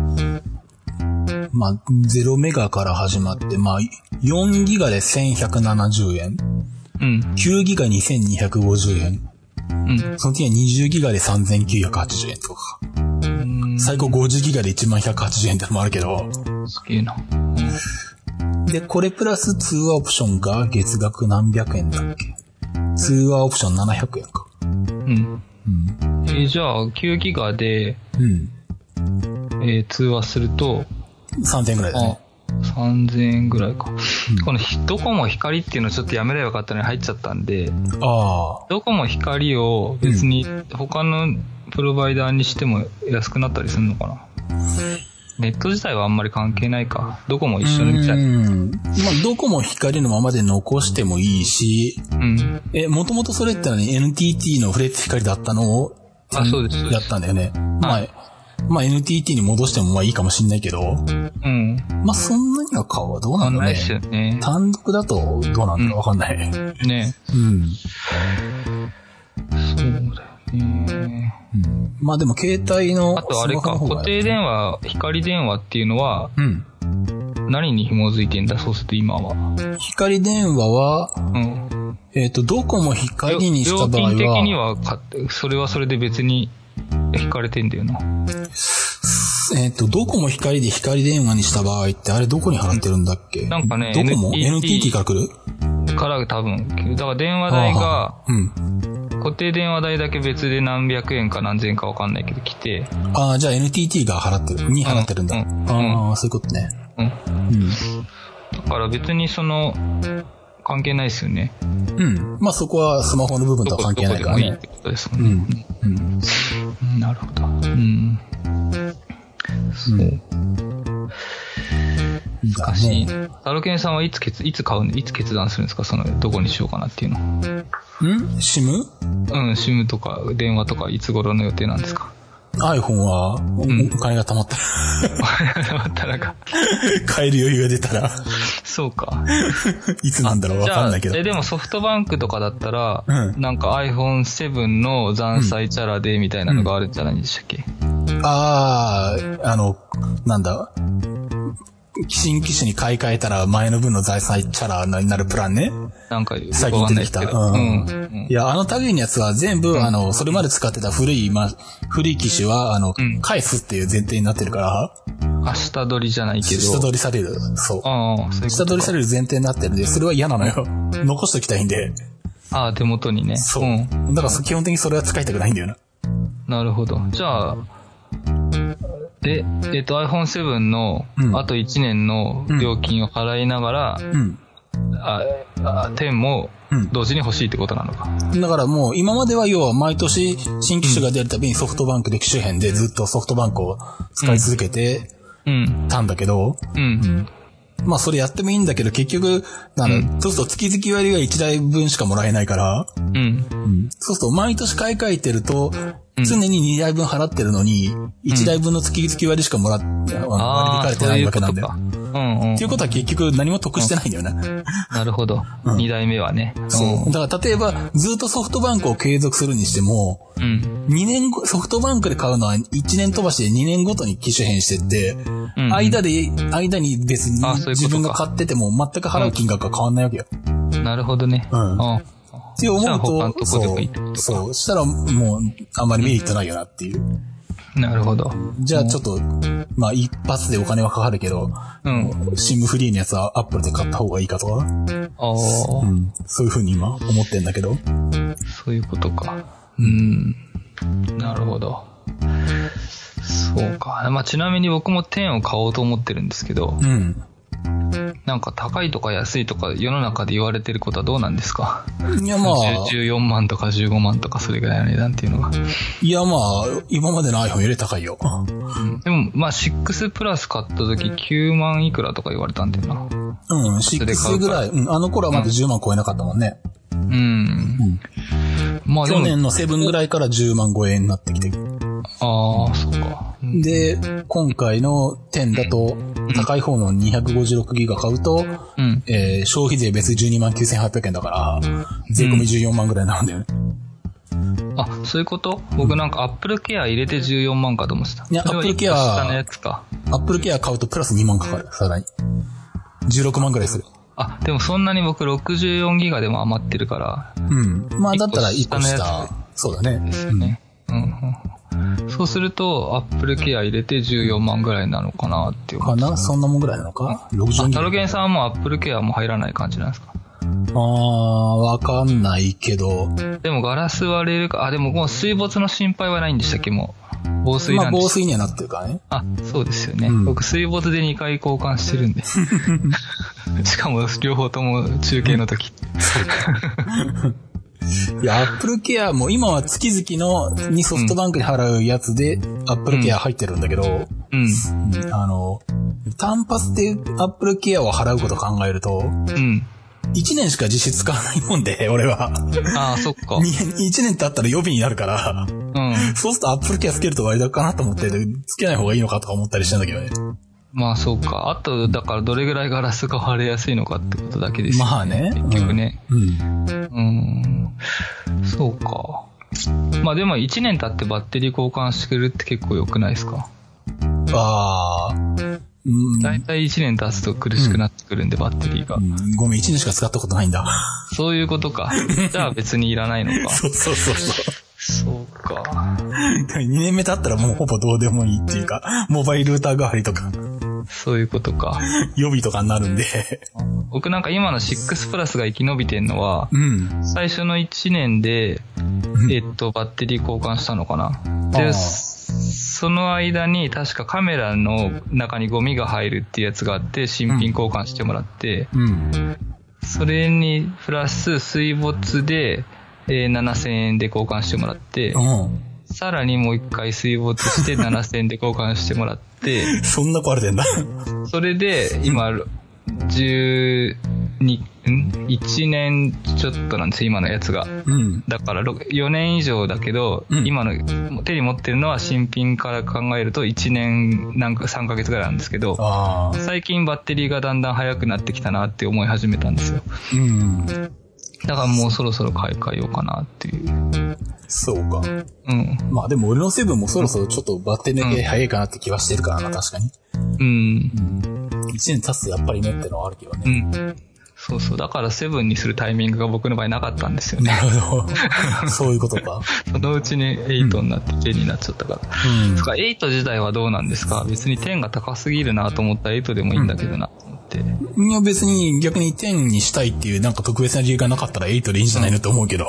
まあ、0メガから始まって、まあ、4ギガで1170円。9ギガ2250円。その次は20ギガで3980円とか。最高50ギガで11180円ってのもあるけど。 すげえな。 で、これプラス通話オプションが月額何百円だっけ？通話オプション700円か。 じゃあ、9ギガで、通話すると、 3000円ぐらいだね。 3000円ぐらいか。このドコモ光っていうのちょっとやめればよかったのに入っちゃったんで、ドコモ光を別に他のプロバイダーにしても安くなったりするのかな。ネット自体はあんまり関係ないか。ドコモ一緒にみたいな。 まあ、ドコモ光のままで残してもいいし、もともとそれってのはね、NTT のフレッツ光だったのを、やったんだよね。まあ NTT に戻してもまあいいかもしんないけど、まあそんなには顔はどうなんだろうね。ないですよね。単独だとどうなんだろうわかんない。 ね。そうだよね。 まあでも携帯のあとあれか、固定電話、光電話っていうのは、何に紐づいてんだ、そうすると今は。 光電話は、ドコモ光にした場合は、 料金的には、それはそれで別に引かれてんだよな。 ドコモ光で光電話にした場合って、あれどこに払ってるんだっけ？ なんかね、 ドコモ NTT から来る？ から多分。だから電話代が、固定電話代だけ別で何百円か何千円かわかんないけど来て。 じゃあ NTT が払ってる。に払ってるんだ。そういうことね。 だから別に関係ないですよね。 まあそこはスマホの部分とは関係ないからね。 どこでもいいってことですもんね。なるほど。そう。難しい。タロケンさんはいつ決断するんですか？どこにしようかなっていうの。 SIM？ SIM とか電話とかいつ頃の予定なんですか？ iPhone はお金が貯まったら。 貯まったらか。 買える余裕が出たら。 そうか。 いつなんだろうわかんないけど。 でもソフトバンクとかだったら、なんか iPhone7 の残債チャラでみたいなのがあるんじゃないでしたっけ？ なんだ。新機種に買い替えたら前の分の財産チャラになるプランね。 なんか最近出てきた。いや、類のやつは全部、それまで使ってた古い機種は、返すっていう前提になってるから。 下取りじゃないけど。 下取りされる。そう。下取りされる前提になってるんで、それは嫌なのよ。残しときたいんで。 手元にね。 そう。だから基本的にそれは使いたくないんだよな。 なるほど。じゃあ、iPhone7 のあと1年の料金を払いながら、10も同時に欲しいってことなのか。 だからもう今までは要は毎年新機種が出るたびにソフトバンクで機種変でずっとソフトバンクを使い続けてたんだけど、まあそれやってもいいんだけど結局、そうすると月々割が1台分しかもらえないから、そうすると毎年買い替えてると、常に2台分払ってるのに、1台分の月々割しか割り引かれてないわけなんだよ。っていうことは結局何も得してないんだよな。 なるほど。2台目はね。 そう。だから例えばずっとソフトバンクを継続するにしても、2年後、ソフトバンクで買うのは1年飛ばしで2年ごとに機種変してって、間に別に自分が買ってても全く払う金額が変わんないわけよ。 なるほどね。 って思うと、そう。したらもうあんまりメリットないよなっていう。 なるほど。 じゃあちょっと、まあ一発でお金はかかるけど、SIM フリーのやつは Apple で買った方がいいかとか。そういう風に今思ってんだけど。 そういうことか。なるほど。そうか。まあちなみに僕も10を買おうと思ってるんですけど、なんか高いとか安いとか世の中で言われてることはどうなんですか？いやまあ14万とか15万とかそれぐらいの値段っていうのが。 いやまあ今までの iPhone より高いよ。 でもまあ6プラス買った時9万いくらとか言われたんだよな。 6ぐらい。あの頃はまだ10万超えなかったもんね。 まあ去年の7ぐらいから10万超えになってきてる。 ああ、そうか。 で、今回の10だと、高い方の256ギガ買うと、消費税別129,800円だから、税込み14万ぐらいなんだよね。 あ、そういうこと？僕なんかアップルケア入れて14万かと思ってた。 いや、アップルケア、 下のやつか。 アップルケア買うとプラス2万かかる、さらに。16万ぐらいする。 あ、でもそんなに僕64ギガでも余ってるから。 まあだったら1個下。そうだね。 ですね。そうすると、アップルケア入れて14万ぐらいなのかなっていう。 かな？そんなもんぐらいなのか？ 64 ギガ。 タロケンさんはもうアップルケアも入らない感じなんですか？ わかんないけど。 でもガラス割れるか、でももう水没の心配はないんでしたっけ、もう。防水なんで。 まあ防水にはなってるからね。 あ、そうですよね。僕水没で2回交換してるんで。しかも両方とも中継の時。 いや、アップルケアも今は月々にソフトバンクに払うやつで、アップルケア入ってるんだけど、単発でアップルケアを払うことを考えると、1年しか実質使わないもんで、俺は。 ああ、そっか。 1年経ったら予備になるから、そうするとアップルケアつけると割高かなと思って、つけない方がいいのかとか思ったりしたんだけどね。 まあそうか。あと、だからどれぐらいガラスが割れやすいのかってことだけですよね。 まあね。 結局ね。そうか。まあでも1年経ってバッテリー交換してくれるって結構良くないですか？だいたい1年経つと苦しくなってくるんで、バッテリーが。 ごめん、1年しか使ったことないんだ。 そういうことか。じゃあ別にいらないのか。 そう。 そうか。 2年目経ったらもうほぼどうでもいいっていうか、モバイルルーター代わりとか。 そういうことか。 予備とかになるんで。 僕なんか今の6プラスが生き延びてんのは、最初の1年で、バッテリー交換したのかな。で、その間に確かカメラの中にゴミが入るっていうやつがあって、新品交換してもらって、それにプラス水没で、7000円で交換してもらって、さらにもう一回水没して7000円で交換してもらって、 そんな壊れてんだ。 それで、今、1年ちょっとなんですよ、今のやつが。だから4年以上だけど、今の手に持ってるのは新品から考えると1年3ヶ月ぐらいなんですけど、最近バッテリーがだんだん速くなってきたなって思い始めたんですよ。だからもうそろそろ買い替えようかなっていう。 そうか。まあでも俺の7もそろそろちょっとバッテリーだけ早いかなって気はしてるからな、確かに。1年経つとやっぱりねってのはあるけどね。 そう。だから7にするタイミングが僕の場合なかったんですよね。 なるほど。そういうことか。 そのうちに8になって10になっちゃったから。そっか、8自体はどうなんですか？別に10が高すぎるなと思ったら8でもいいんだけどな。 いや別に逆に10にしたいっていうなんか特別な理由がなかったら8でいいんじゃないのと思うけど。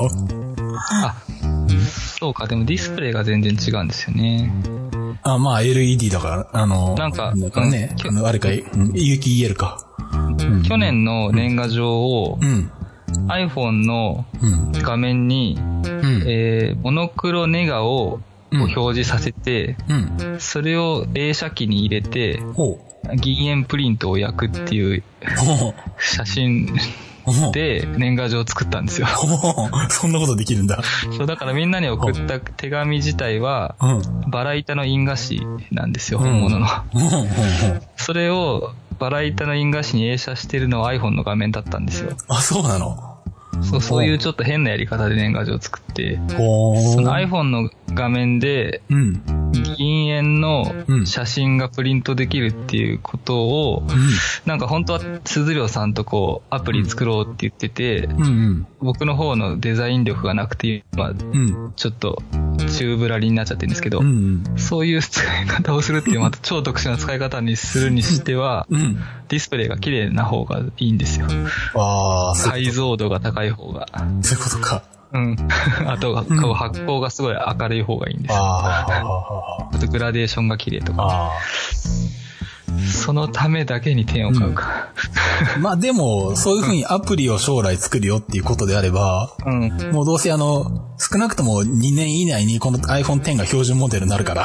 そうか、でもディスプレイが全然違うんですよね。 まあ LED だから、 なんかね、あれか、有機 EL か。 去年の年賀状を、iPhone の画面に、モノクロネガを表示させて、それを映写機に入れて、銀塩プリントを焼くっていう写真で年賀状を作ったんですよ。 そんなことできるんだ。 そう、だからみんなに送った手紙自体は、バラ板の印画紙なんですよ、本物の。それをバラ板の印画紙に映写してるのは iPhone の画面だったんですよ。 あ、そうなの？ そういうちょっと変なやり方で年賀状を作って、その iPhone の画面で、銀塩の写真がプリントできるっていうことを、なんか本当は鈴涼さんとこうアプリ作ろうって言ってて、僕の方のデザイン力がなくて、ちょっと宙ぶらりになっちゃってるんですけど、そういう使い方をするっていうまた超特殊な使い方にするにしては、ディスプレイが綺麗な方がいいんですよ。解像度が高い方が。 そういうことか。 あと、発光がすごい明るい方がいいんですよ。あとグラデーションが綺麗とか。そのためだけに点を買うか。 まあでも、そういう風にアプリを将来作るよっていうことであれば、もうどうせ少なくとも2年以内にこの iPhone X が標準モデルになるから。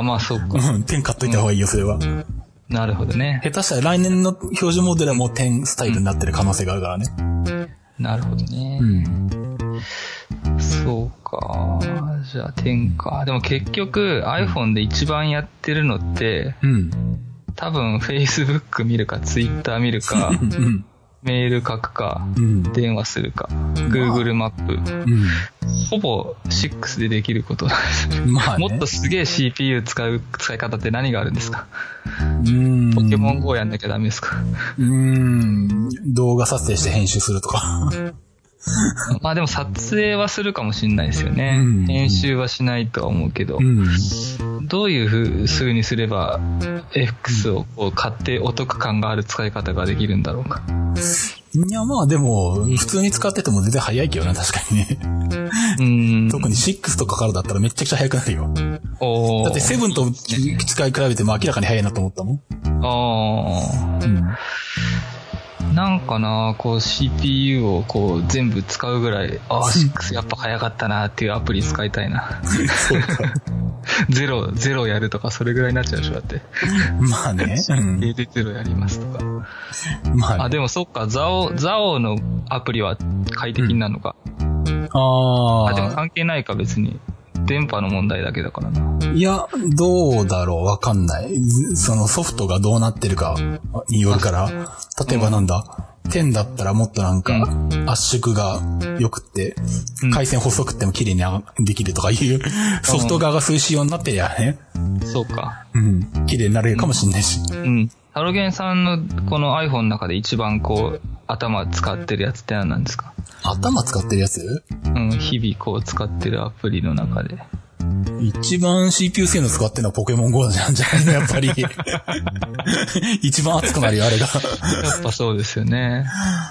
まあそうか。 10買っといた方がいいよ、それは。 なるほどね。 下手したら来年の標準モデルはもう10スタイルになってる可能性があるからね。 なるほどね。そそうか。じゃあ10か。でも結局 iPhone で一番やってるのって、多分 Facebook 見るか Twitter 見るか、メール書くか、電話するか、Google マップ、ほぼ6でできることなんです。まあね、もっとすげえ CPU 使い方って何があるんですか？ポケモン GO やんなきゃダメですか？ 動画撮影して編集するとか。 まあでも撮影はするかもしれないですよね。編集はしないとは思うけど、どういう風にすれば X をこう買ってお得感がある使い方ができるんだろうか。 いやまあでも普通に使ってても全然早いけどね、確かにね。特に6とかからだったらめっちゃくちゃ早くなるよ。だって7と使い比べても明らかに早いなと思ったもん。なんかな、こう CPU をこう全部使うぐらい、6やっぱ早かったなっていうアプリ使いたいな。そうか。ゼロやるとかそれぐらいになっちゃうでしょ、だって。まあね。でゼロやりますとか。まあ、でもそっか、ZAO のアプリは快適になるのか。でも関係ないか、別に。電波の問題だけだからな。いや、どうだろう、わかんない。そのソフトがどうなってるかによるから、例えばなんだ、10だったらもっとなんか、圧縮が良くって、回線細くっても綺麗にできるとかいうソフト側がそういう仕様になってりゃね。そうか。綺麗になれるかもしんないし。ハロゲンさんのこの iPhone の中で一番こう、頭使ってるやつって何なんですか？頭使ってるやつ？日々こう使ってるアプリの中で。一番 CPU 性能使ってるのはポケモン GO なんじゃないのやっぱり。一番熱くなるよ、あれが。やっぱそうですよね。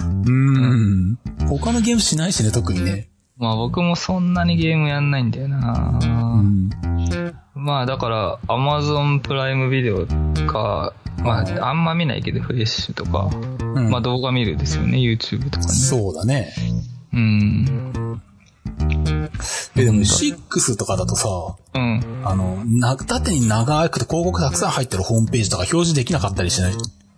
他のゲームしないしね、特にね。まあ僕もそんなにゲームやんないんだよな。まあだから Amazon プライムビデオか、まああんま見ないけどフレッシュとか、まあ動画見るですよね、YouTube とかね。そうだね。でも6とかだとさ、縦に長くて広告たくさん入ってるホームページとか表示できなかったりしない？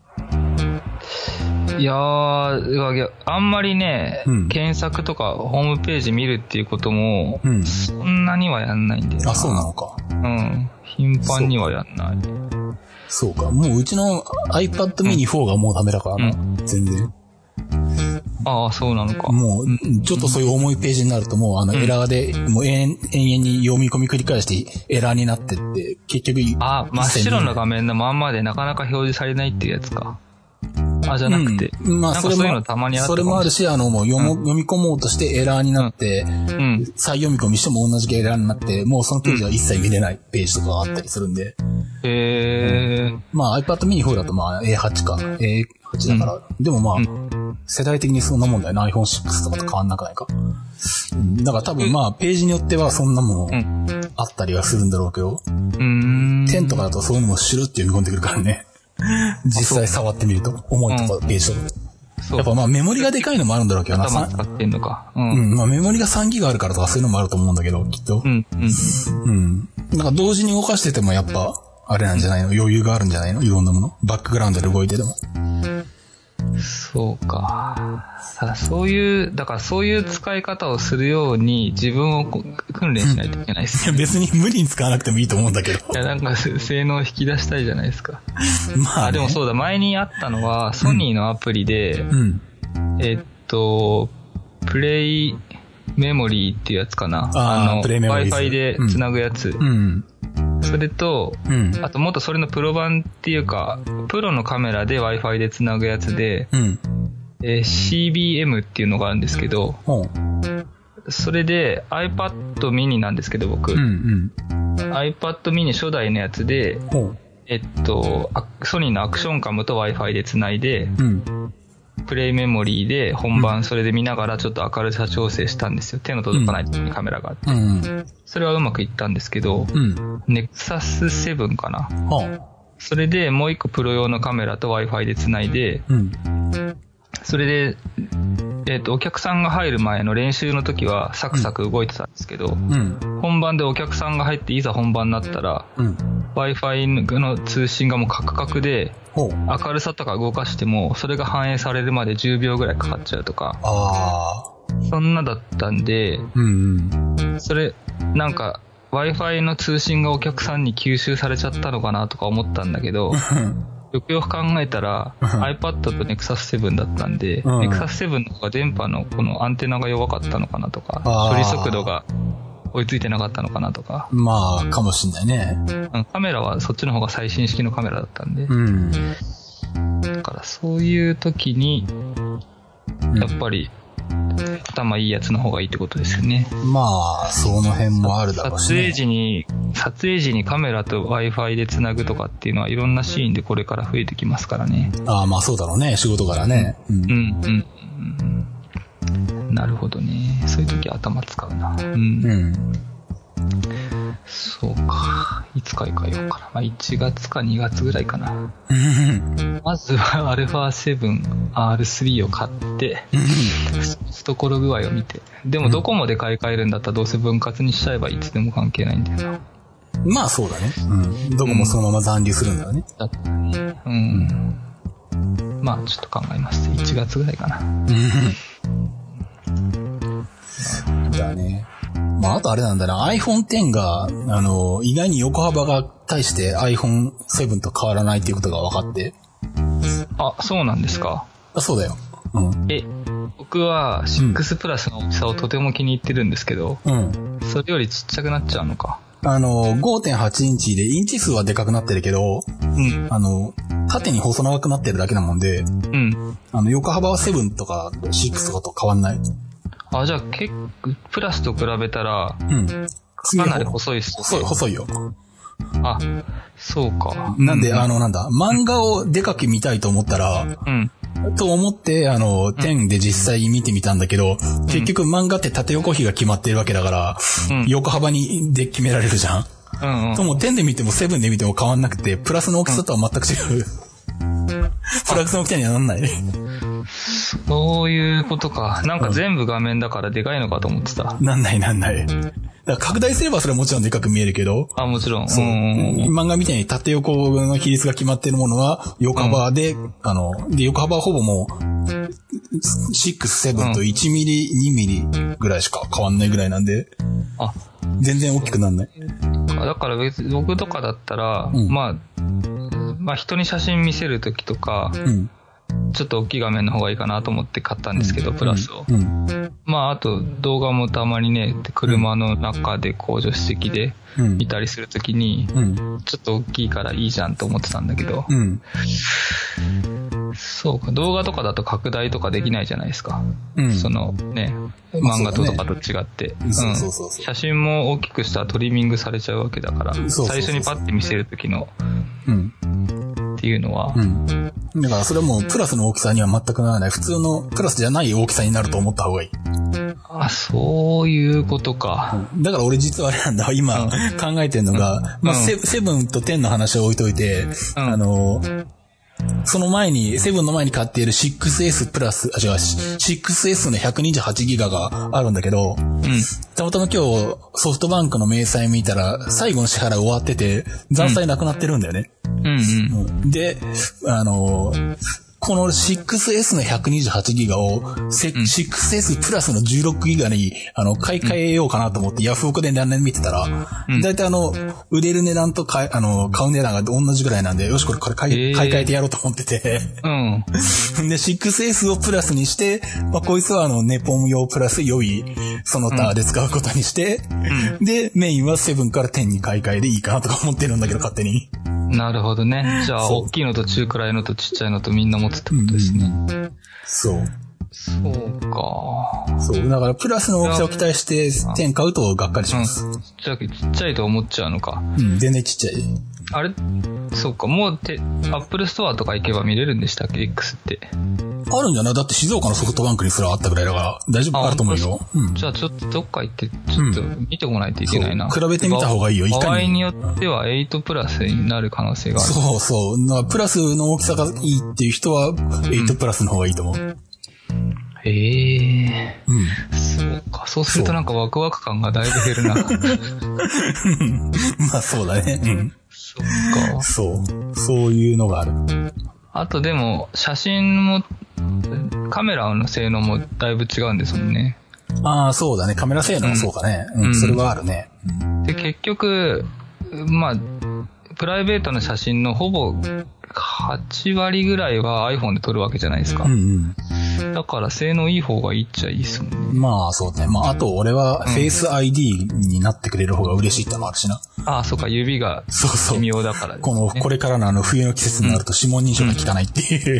いやー、あんまりね、検索とかホームページ見るっていうことも、そんなにはやんないんだよな。あ、そうなのか。頻繁にはやんない。そうか。もううちの iPad mini 4がもうダメだからな。全然。ああ、そうなのか。もう、ちょっとそういう重いページになるともうエラーで、もう延々に読み込み繰り返してエラーになってって、結局。真っ白な画面のまんまでなかなか表示されないっていうやつか。じゃなくて。まあ、それも、それもあるし、もう読み込もうとしてエラーになって、再読み込みしても同じエラーになって、もうそのページは一切見れないページとかがあったりするんで。まあ iPad mini 4だとまあ A8 か。A8 だから。でもまあ、世代的にそんなもんだよな。iPhone 6とかと変わんなくないか。だから多分まあ、ページによってはそんなもんあったりはするんだろうけど。10とかだとそういうのもシュルって読み込んでくるからね。実際触ってみると、重いとかページとか。やっぱまあメモリがでかいのもあるんだろうけどな。頭使ってんのか。まあメモリが3ギガあるからとかそういうのもあると思うんだけど、きっと。なんか同時に動かしててもやっぱ、あれなんじゃないの？余裕があるんじゃないの？いろんなもの。バックグラウンドで動いてでも。そうか。ただだからそういう使い方をするように自分を訓練しないといけないですね。いや別に無理に使わなくてもいいと思うんだけど。いやなんか性能を引き出したいじゃないですか。まあ、でもそうだ、前にあったのはソニーのアプリで、プレイメモリーっていうやつかな。Wi-Fi で繋ぐやつ。それと、あともっとそれのプロ版っていうか、プロのカメラで Wi-Fi で繋ぐやつで、CBM っていうのがあるんですけど、それで iPad mini なんですけど僕、iPad mini 初代のやつで、ソニーのアクションカムと Wi-Fi で繋いで、プレイメモリーで本番それで見ながらちょっと明るさ調整したんですよ。手の届かないところにカメラがあって。それはうまくいったんですけど、ネクサス7かな。それでもう一個プロ用のカメラと Wi-Fi で繋いで、それで、お客さんが入る前の練習の時はサクサク動いてたんですけど、本番でお客さんが入っていざ本番になったら、Wi-Fi の通信がもうカクカクで、明るさとか動かしてもそれが反映されるまで10秒ぐらいかかっちゃうとか、そんなだったんで、 それ、なんか、Wi-Fi の通信がお客さんに吸収されちゃったのかなとか思ったんだけど、よくよく考えたら、iPad と Nexus 7だったんで、Nexus 7の方が電波のこのアンテナが弱かったのかなとか、処理速度が追いついてなかったのかなとか。 まあ、かもしんないね。 カメラはそっちの方が最新式のカメラだったんで。だからそういう時に、やっぱり、頭いいやつの方がいいってことですよね。 まあ、その辺もあるだろうし、ね。 撮影時にカメラと Wi-Fi で繋ぐとかっていうのはいろんなシーンでこれから増えてきますからね。 ああ、まあそうだろうね。仕事からね。 なるほどね。そういう時は頭使うな。そうか。いつ買い替えようかな。まあ1月か2月ぐらいかな。まずは α7R3 を買って、懐具合を見て。でもドコモで買い替えるんだったらどうせ分割にしちゃえばいつでも関係ないんだよな。 まあそうだね。ドコモそのまま残留するんだよね。だったね。 まあちょっと考えます。1月ぐらいかな。 だね。まあ、あとあれなんだな、iPhone X が、意外に横幅が対して iPhone 7と変わらないっていうことが分かって。 あ、そうなんですか。 そうだよ。 僕は6プラスの大きさをとても気に入ってるんですけど、それよりちっちゃくなっちゃうのか。 5.8 インチで、インチ数はでかくなってるけど、縦に細長くなってるだけなもんで、横幅は7とか6とかと変わんない。 あ、じゃあプラスと比べたら、かなり細いっすね。 細いよ。 あ、そうか。 なんで、漫画をでかく見たいと思ったら、と思って、10で実際見てみたんだけど、結局漫画って縦横比が決まってるわけだから、横幅にで決められるじゃん。とも10で見ても7で見ても変わんなくて、プラスの大きさとは全く違う。プラスの大きさにはなんない。 そういうことか。なんか全部画面だからでかいのかと思ってた。 なんない。だから拡大すればそれはもちろんでかく見えるけど。 あ、もちろん。 そう。漫画みたいに縦横の比率が決まっているものは、横幅で、で、横幅はほぼもう、6、7と1ミリ、2ミリぐらいしか変わんないぐらいなんで。あ、全然大きくなんない。 だから別に僕とかだったら、まあ人に写真見せるときとか、ちょっと大きい画面の方がいいかなと思って買ったんですけど、プラスを。まあ、あと動画もたまにね、車の中でこう助手席で見たりするときに、ちょっと大きいからいいじゃんと思ってたんだけど、そうか、動画とかだと拡大とかできないじゃないですか。そのね、漫画とかと違って。写真も大きくしたらトリミングされちゃうわけだから、最初にパッて見せるときの、っていうのは、 だからそれはもうプラスの大きさには全くならない。普通のプラスじゃない大きさになると思った方がいい。 あ、そういうことか。 だから俺実はあれなんだ。今考えてるのが、まあ、7と10の話を置いといて、その前に、7の前に買っている 6S プラス、6S の128ギガがあるんだけど、たまたま今日ソフトバンクの明細見たら、最後の支払い終わってて、残債なくなってるんだよね。で、この 6S の128ギガを、6S プラスの16ギガに、買い替えようかなと思ってヤフオクで何年見てたら、だいたい売れる値段と買う値段が同じぐらいなんで、よし、これ買い替えてやろうと思ってて。で、6S をプラスにして、まあ、こいつはネポン用プラス良い、その他で使うことにして、で、メインは7から10に買い替えでいいかなとか思ってるんだけど、勝手に。 なるほどね。じゃあ、大きいのと中くらいのとちっちゃいのとみんな持つってことですね。 そう。 そうか。 そう。だから、プラスの大きさを期待して、10買うとがっかりします。 ちっちゃいと思っちゃうのか。 全然ちっちゃい。 あれ、そうか。もうアップルストアとか行けば見れるんでしたっけ X って。 あるんじゃない？だって静岡のソフトバンクにすらあったぐらいだから、大丈夫あると思うよ。 じゃあちょっとどっか行って、ちょっと見てこないといけないな。 比べてみた方がいいよ。 場合によっては8プラスになる可能性がある。 そう。だからプラスの大きさがいいっていう人は、8プラスの方がいいと思う。 そうか。そうするとなんかワクワク感がだいぶ減るな。 まあそうだね。 そっか。 そういうのがある。 あとでも、写真も、カメラの性能もだいぶ違うんですもんね。 ああ、そうだね。カメラ性能もそうかね。うん、それはあるね。 で、結局、まあ、プライベートの写真のほぼ8割ぐらいは iPhone で撮るわけじゃないですか。だから性能いい方がいいっちゃいいっすもんね。 まあそうね。まああと俺は Face ID になってくれる方が嬉しいってのもあるしな。 ああ、そうか、指が微妙だからですね。 これからの冬の季節になると指紋認証が効かないっていう、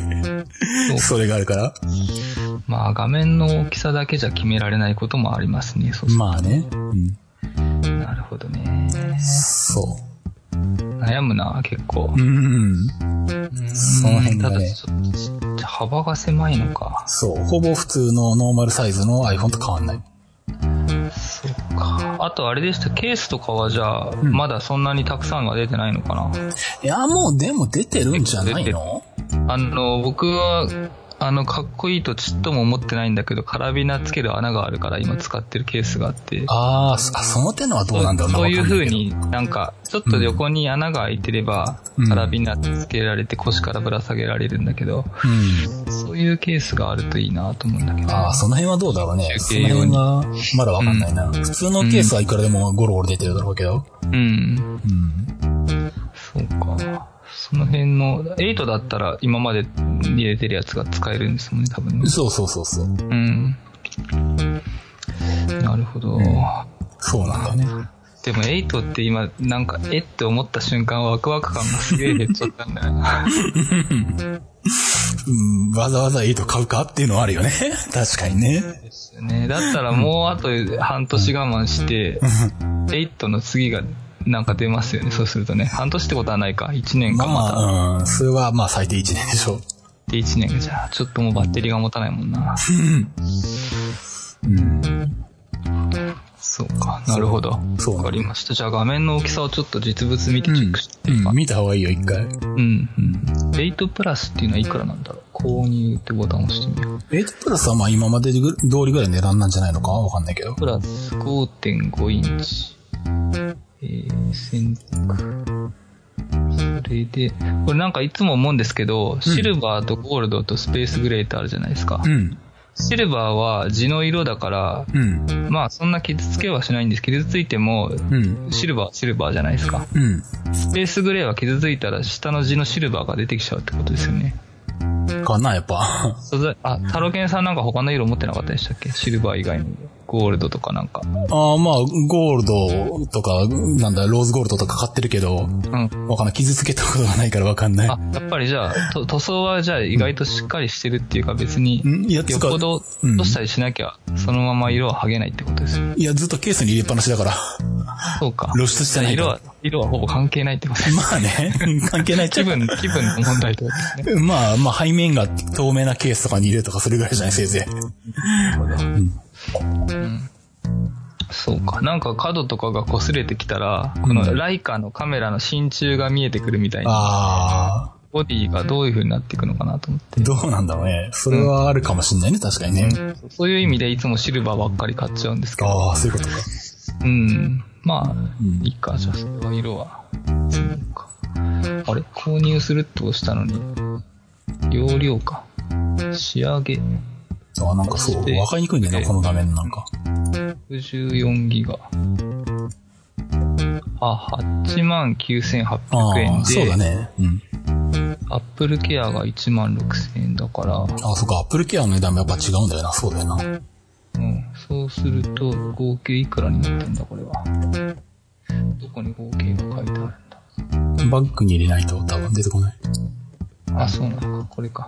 それがあるから。 まあ画面の大きさだけじゃ決められないこともありますね。そうまあね。 なるほどね。 そう。 悩むな、結構。 その辺がね。 ただちょっと幅が狭いのか。 そう。ほぼ普通のノーマルサイズの iPhone と変わんない。 そうか。あとあれでした、ケースとかはじゃあ、まだそんなにたくさんが出てないのかな。 いや、もうでも出てるんじゃないの？ 僕は、かっこいいとちっとも思ってないんだけど、カラビナつける穴があるから今使ってるケースがあって。 ああ、その手のはどうなんだろうな。 そういう風になんか、ちょっと横に穴が開いてれば、カラビナつけられて腰からぶら下げられるんだけど、そういうケースがあるといいなと思うんだけど。 ああ、その辺はどうだろうね。その辺はまだわかんないな。普通のケースはいくらでもゴロゴロ出てるだろうけど。 そうか。その辺の、8だったら今まで入れてるやつが使えるんですもんね、多分ね。 そう。 なるほど。 そうなんだね。 でも8って今、なんか、って思った瞬間ワクワク感がすげえ減っちゃったんだよな。 わざわざ8買うかっていうのはあるよね。確かにね。 ですよね。だったらもうあと半年我慢して、8の次が、なんか出ますよね。そうするとね。半年ってことはないか。1年かまた。 まあ、それはまあ最低1年でしょう。 で、1年じゃあ、ちょっともうバッテリーが持たないもんな。そうか。なるほど。そう。わかりました。じゃあ画面の大きさをちょっと実物見てチェックしていいか。 見た方がいいよ、一回。 8プラスっていうのはいくらなんだろう。購入ってボタンを押してみよう。 8プラスはまあ今まで通りぐらいの値段なんじゃないのかわかんないけど。 プラス 5.5 インチ。選択。それで、これなんかいつも思うんですけど、シルバーとゴールドとスペースグレーってあるじゃないですか。シルバーは地の色だから、まあそんな傷つけはしないんです。傷ついても、シルバーはシルバーじゃないですか。スペースグレーは傷ついたら下の地のシルバーが出てきちゃうってことですよね。 かな、やっぱ。 タロケンさんなんか他の色持ってなかったでしたっけ？シルバー以外に。ゴールドとかなんか。 まあ、ゴールドとか、なんだ、ローズゴールドとか買ってるけど、わかんない。傷つけたことがないからわかんない。 やっぱりじゃあ、塗装はじゃあ意外としっかりしてるっていうか別に、よっぽど落としたりしなきゃ、そのまま色は剥げないってことですよね。 いや、ずっとケースに入れっぱなしだから。 そうか。 露出してないから。 色はほぼ関係ないってことですね。 まあね、関係ない気分の問題ってことですね。 まあ、背面が透明なケースとかに入れるとかそれぐらいじゃない、せいぜい。 そうか。なんか角とかが擦れてきたら、このライカのカメラの真鍮が見えてくるみたいな。ボディがどういう風になっていくのかなと思って。 どうなんだろうね。それはあるかもしんないね、確かにね。 そういう意味でいつもシルバーばっかり買っちゃうんですけど。 ああ、そういうことか。 まあ、いいか。じゃあ、それは色は。あれ購入するって押したのに。容量か。仕上げ。 なんかそう、わかりにくいんだよな、この画面なんか。 64ギガ。89,800円で。 そうだね。 アップルケアが16,000円だから。 そっか、アップルケアの値段もやっぱ違うんだよな、そうだよな。 そうすると、合計いくらになってんだ、これは。どこに合計が書いてあるんだ。 バッグに入れないと多分出てこない。 そうなのか、これか。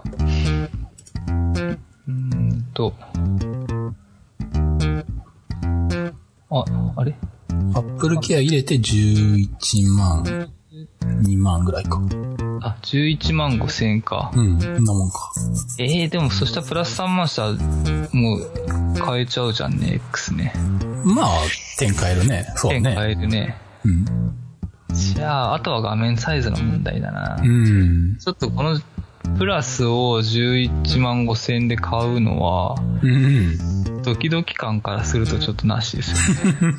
あれ？ アップルケア入れて11万、2万ぐらいか。 11万5千円か。 そんなもんか。 でもそしたらプラス3万したら、もう、買えちゃうじゃんね、X ね。 まあ、点変えるね。そうね。 点変えるね。じゃあ、あとは画面サイズの問題だな。ちょっとこの、プラスを11万5千円で買うのは、ドキドキ感からするとちょっとなしですよ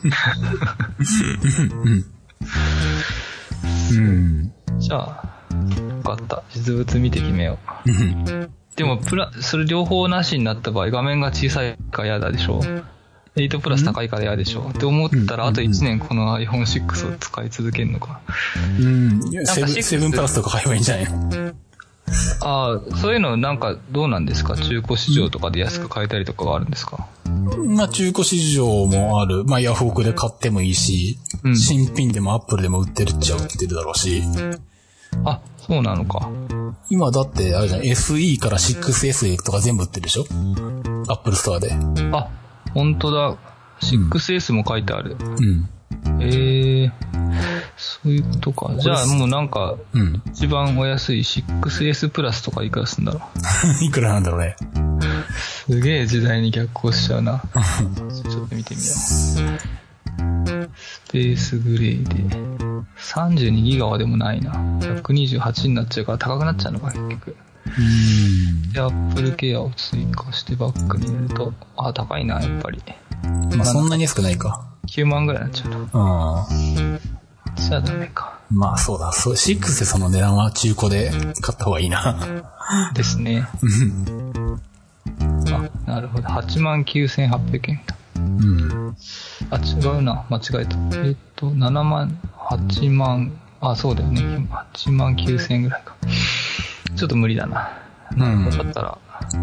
ね。じゃあ、分かった。実物見て決めよう。でも、それ両方なしになった場合、画面が小さいか嫌だでしょ。 8プラス高いから嫌でしょって思ったら、あと1年この iPhone6 を使い続けるのか。 7プラスとか買えばいいんじゃないの？ ああ、そういうのなんかどうなんですか？中古市場とかで安く買えたりとかはあるんですか？ まあ中古市場もある。まあヤフオクで買ってもいいし、新品でもアップルでも売ってるっちゃ売ってるだろうし。 あ、そうなのか。 今だってあれじゃん、SE から 6S とか全部売ってるでしょ？アップルストアで。 あ、本当だ。6S も書いてある。そういうことか。じゃあもうなんか、一番お安い 6S プラスとかいくらすんだろう。いくらなんだろうね。 すげえ時代に逆行しちゃうな。ちょっと見てみよう。スペースグレーで。32ギガはでもないな。128になっちゃうから高くなっちゃうのか、結局。で、Apple Care を追加してバックに入れると、あ、高いな、やっぱり。 まあそんなに安くないか。 9万ぐらいになっちゃうと。じゃあダメか。 まあそうだ、6でその値段は中古で買った方がいいな。 ですね。あ、なるほど。89,800円だ。あ、違うな。間違えた。8万、あ、そうだよね。89,000円ぐらいか。ちょっと無理だな。だったら、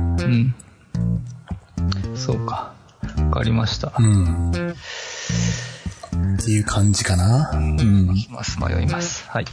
そうか。わかりました。 っていう感じかな。 迷います。はい。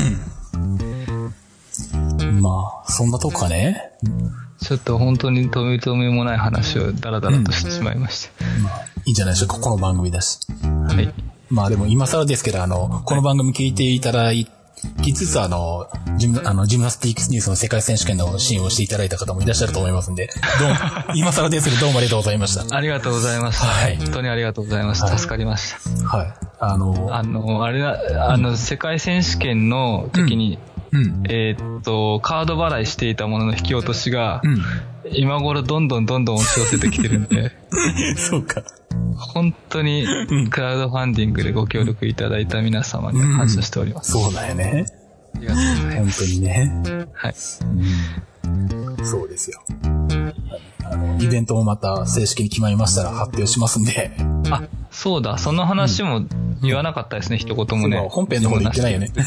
まあ、そんなとこかね。 ちょっと本当にとめもない話をダラダラとしてしまいまして。 まあ、いいんじゃないでしょうか、この番組だし。 はい。 まあでも今更ですけど、この番組聞いていただきつつ、ジムナスティックスニュースの世界選手権の支援をしていただいた方もいらっしゃると思いますんで、今更ですけどどうもありがとうございました。 ありがとうございました。はい。本当にありがとうございました。助かりました。はい。あれだ、世界選手権の時に、カード払いしていたものの引き落としが、今頃どんどん押し寄せてきてるんで。 そうか。 本当にクラウドファンディングでご協力いただいた皆様に感謝しております。 そうだよね。 ありがとうございます。 本当にね。 はい。 そうですよ。イベントもまた正式に決まりましたら発表しますんで。 あ、そうだ。その話も言わなかったですね、一言もね。 本編の方で言ってないよね。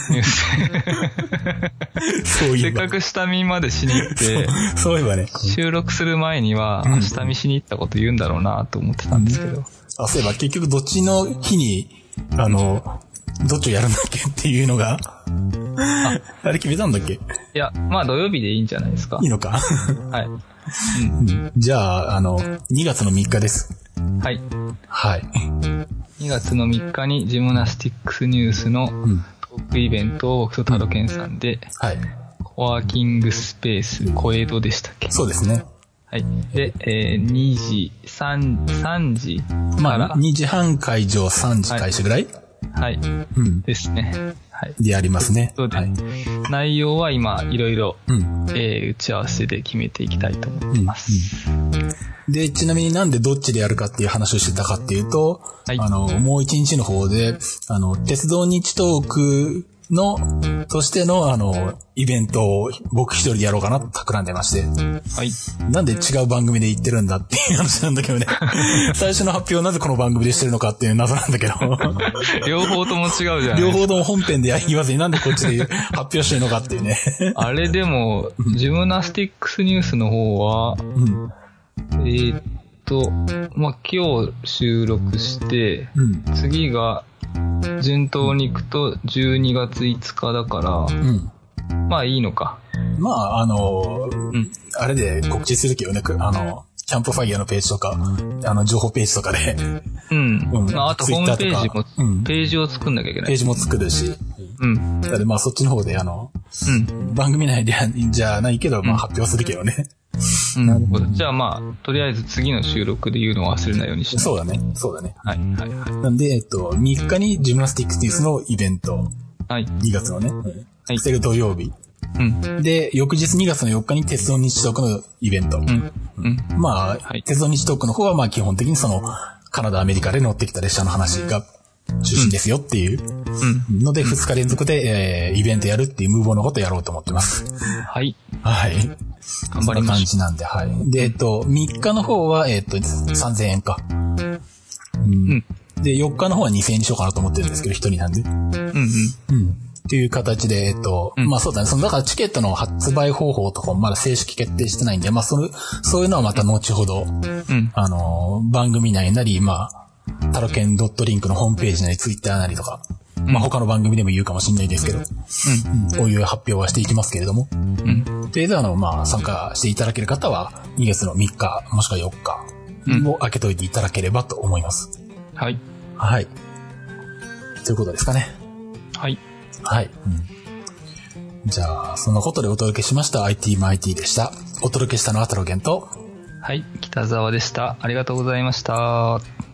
そういえば。 せっかく下見までしに行って、 そういえばね。 収録する前には、下見しに行ったこと言うんだろうなと思ってたんですけど。 あ、そういえば結局どっちの日に、どっちをやるんだっけっていうのが、あれ決めたんだっけ？ いや、まあ土曜日でいいんじゃないですか。 いいのか。 はい。 じゃあ、2月の3日です。 はい。 はい。 2月の3日にジムナスティックスニュースのトークイベントを僕とタロケンさんで、 はい。 コワーキングスペース小江戸でしたっけ？ そうですね。 はい。で、2時、3時から。 まあ、2時半会場、3時開始ぐらい？ はい。ですね。はい。 でありますね。 そうで、はい、内容は今、いろいろ、打ち合わせで決めていきたいと思ってます。 で、ちなみになんでどっちでやるかっていう話をしてたかっていうと、はい、もう一日の方で、鉄道日トークとしての、イベントを僕一人でやろうかなと企んでまして。はい。なんで違う番組で言ってるんだっていう話なんだけどね。最初の発表はなぜこの番組でしてるのかっていう謎なんだけど。 両方とも違うじゃない。 両方とも本編で言わずになんでこっちで発表してるのかっていうね。 あれでも、ジムナスティックスニュースの方は、まあ、今日収録して、次が、順当に行くと12月5日だから、まあいいのか。 まあ、あれで告知するけどね、キャンプファイヤーのページとか、情報ページとかで。 あとホームページも、ページを作んなきゃいけない。 ページも作るし。だってまあそっちの方で、番組内でじゃないけど、まあ発表するけどね。 なるほど。じゃあまあ、とりあえず次の収録で言うのを忘れないようにして。 そうだね。 はい。 なんで、3日にジムナスティックスニュースのイベント。はい。2月のね。はい。してる土曜日。で、翌日2月の4日に鉄道日トークのイベント。まあ、鉄道日トークの方はまあ基本的にカナダ、アメリカで乗ってきた列車の話が中心ですよっていうので、2日連続で、イベントやるっていう無謀なことやろうと思ってます。 はい。 はい。頑張りましょう。感じなんで、はい。で、3日の方は、3000円か。 で、4日の方は2000円にしようかなと思ってるんですけど、1人なんで。っていう形で、まあそうだね。だからチケットの発売方法とかもまだ正式決定してないんで、まあそういうのはまた後ほど、番組内なり、まあ、タロケン.link のホームページなり、ツイッターなりとか、まあ他の番組でも言うかもしれないですけど、こういう発表はしていきますけれども、で、まあ参加していただける方は、2月の3日、もしくは4日を開けといていただければと思います。 はい。 はい。ということですかね。 はい。 はい。じゃあ、そのことでお届けしました IT マイティでした。お届けしたのはタロケンと、 はい、北沢でした。ありがとうございました。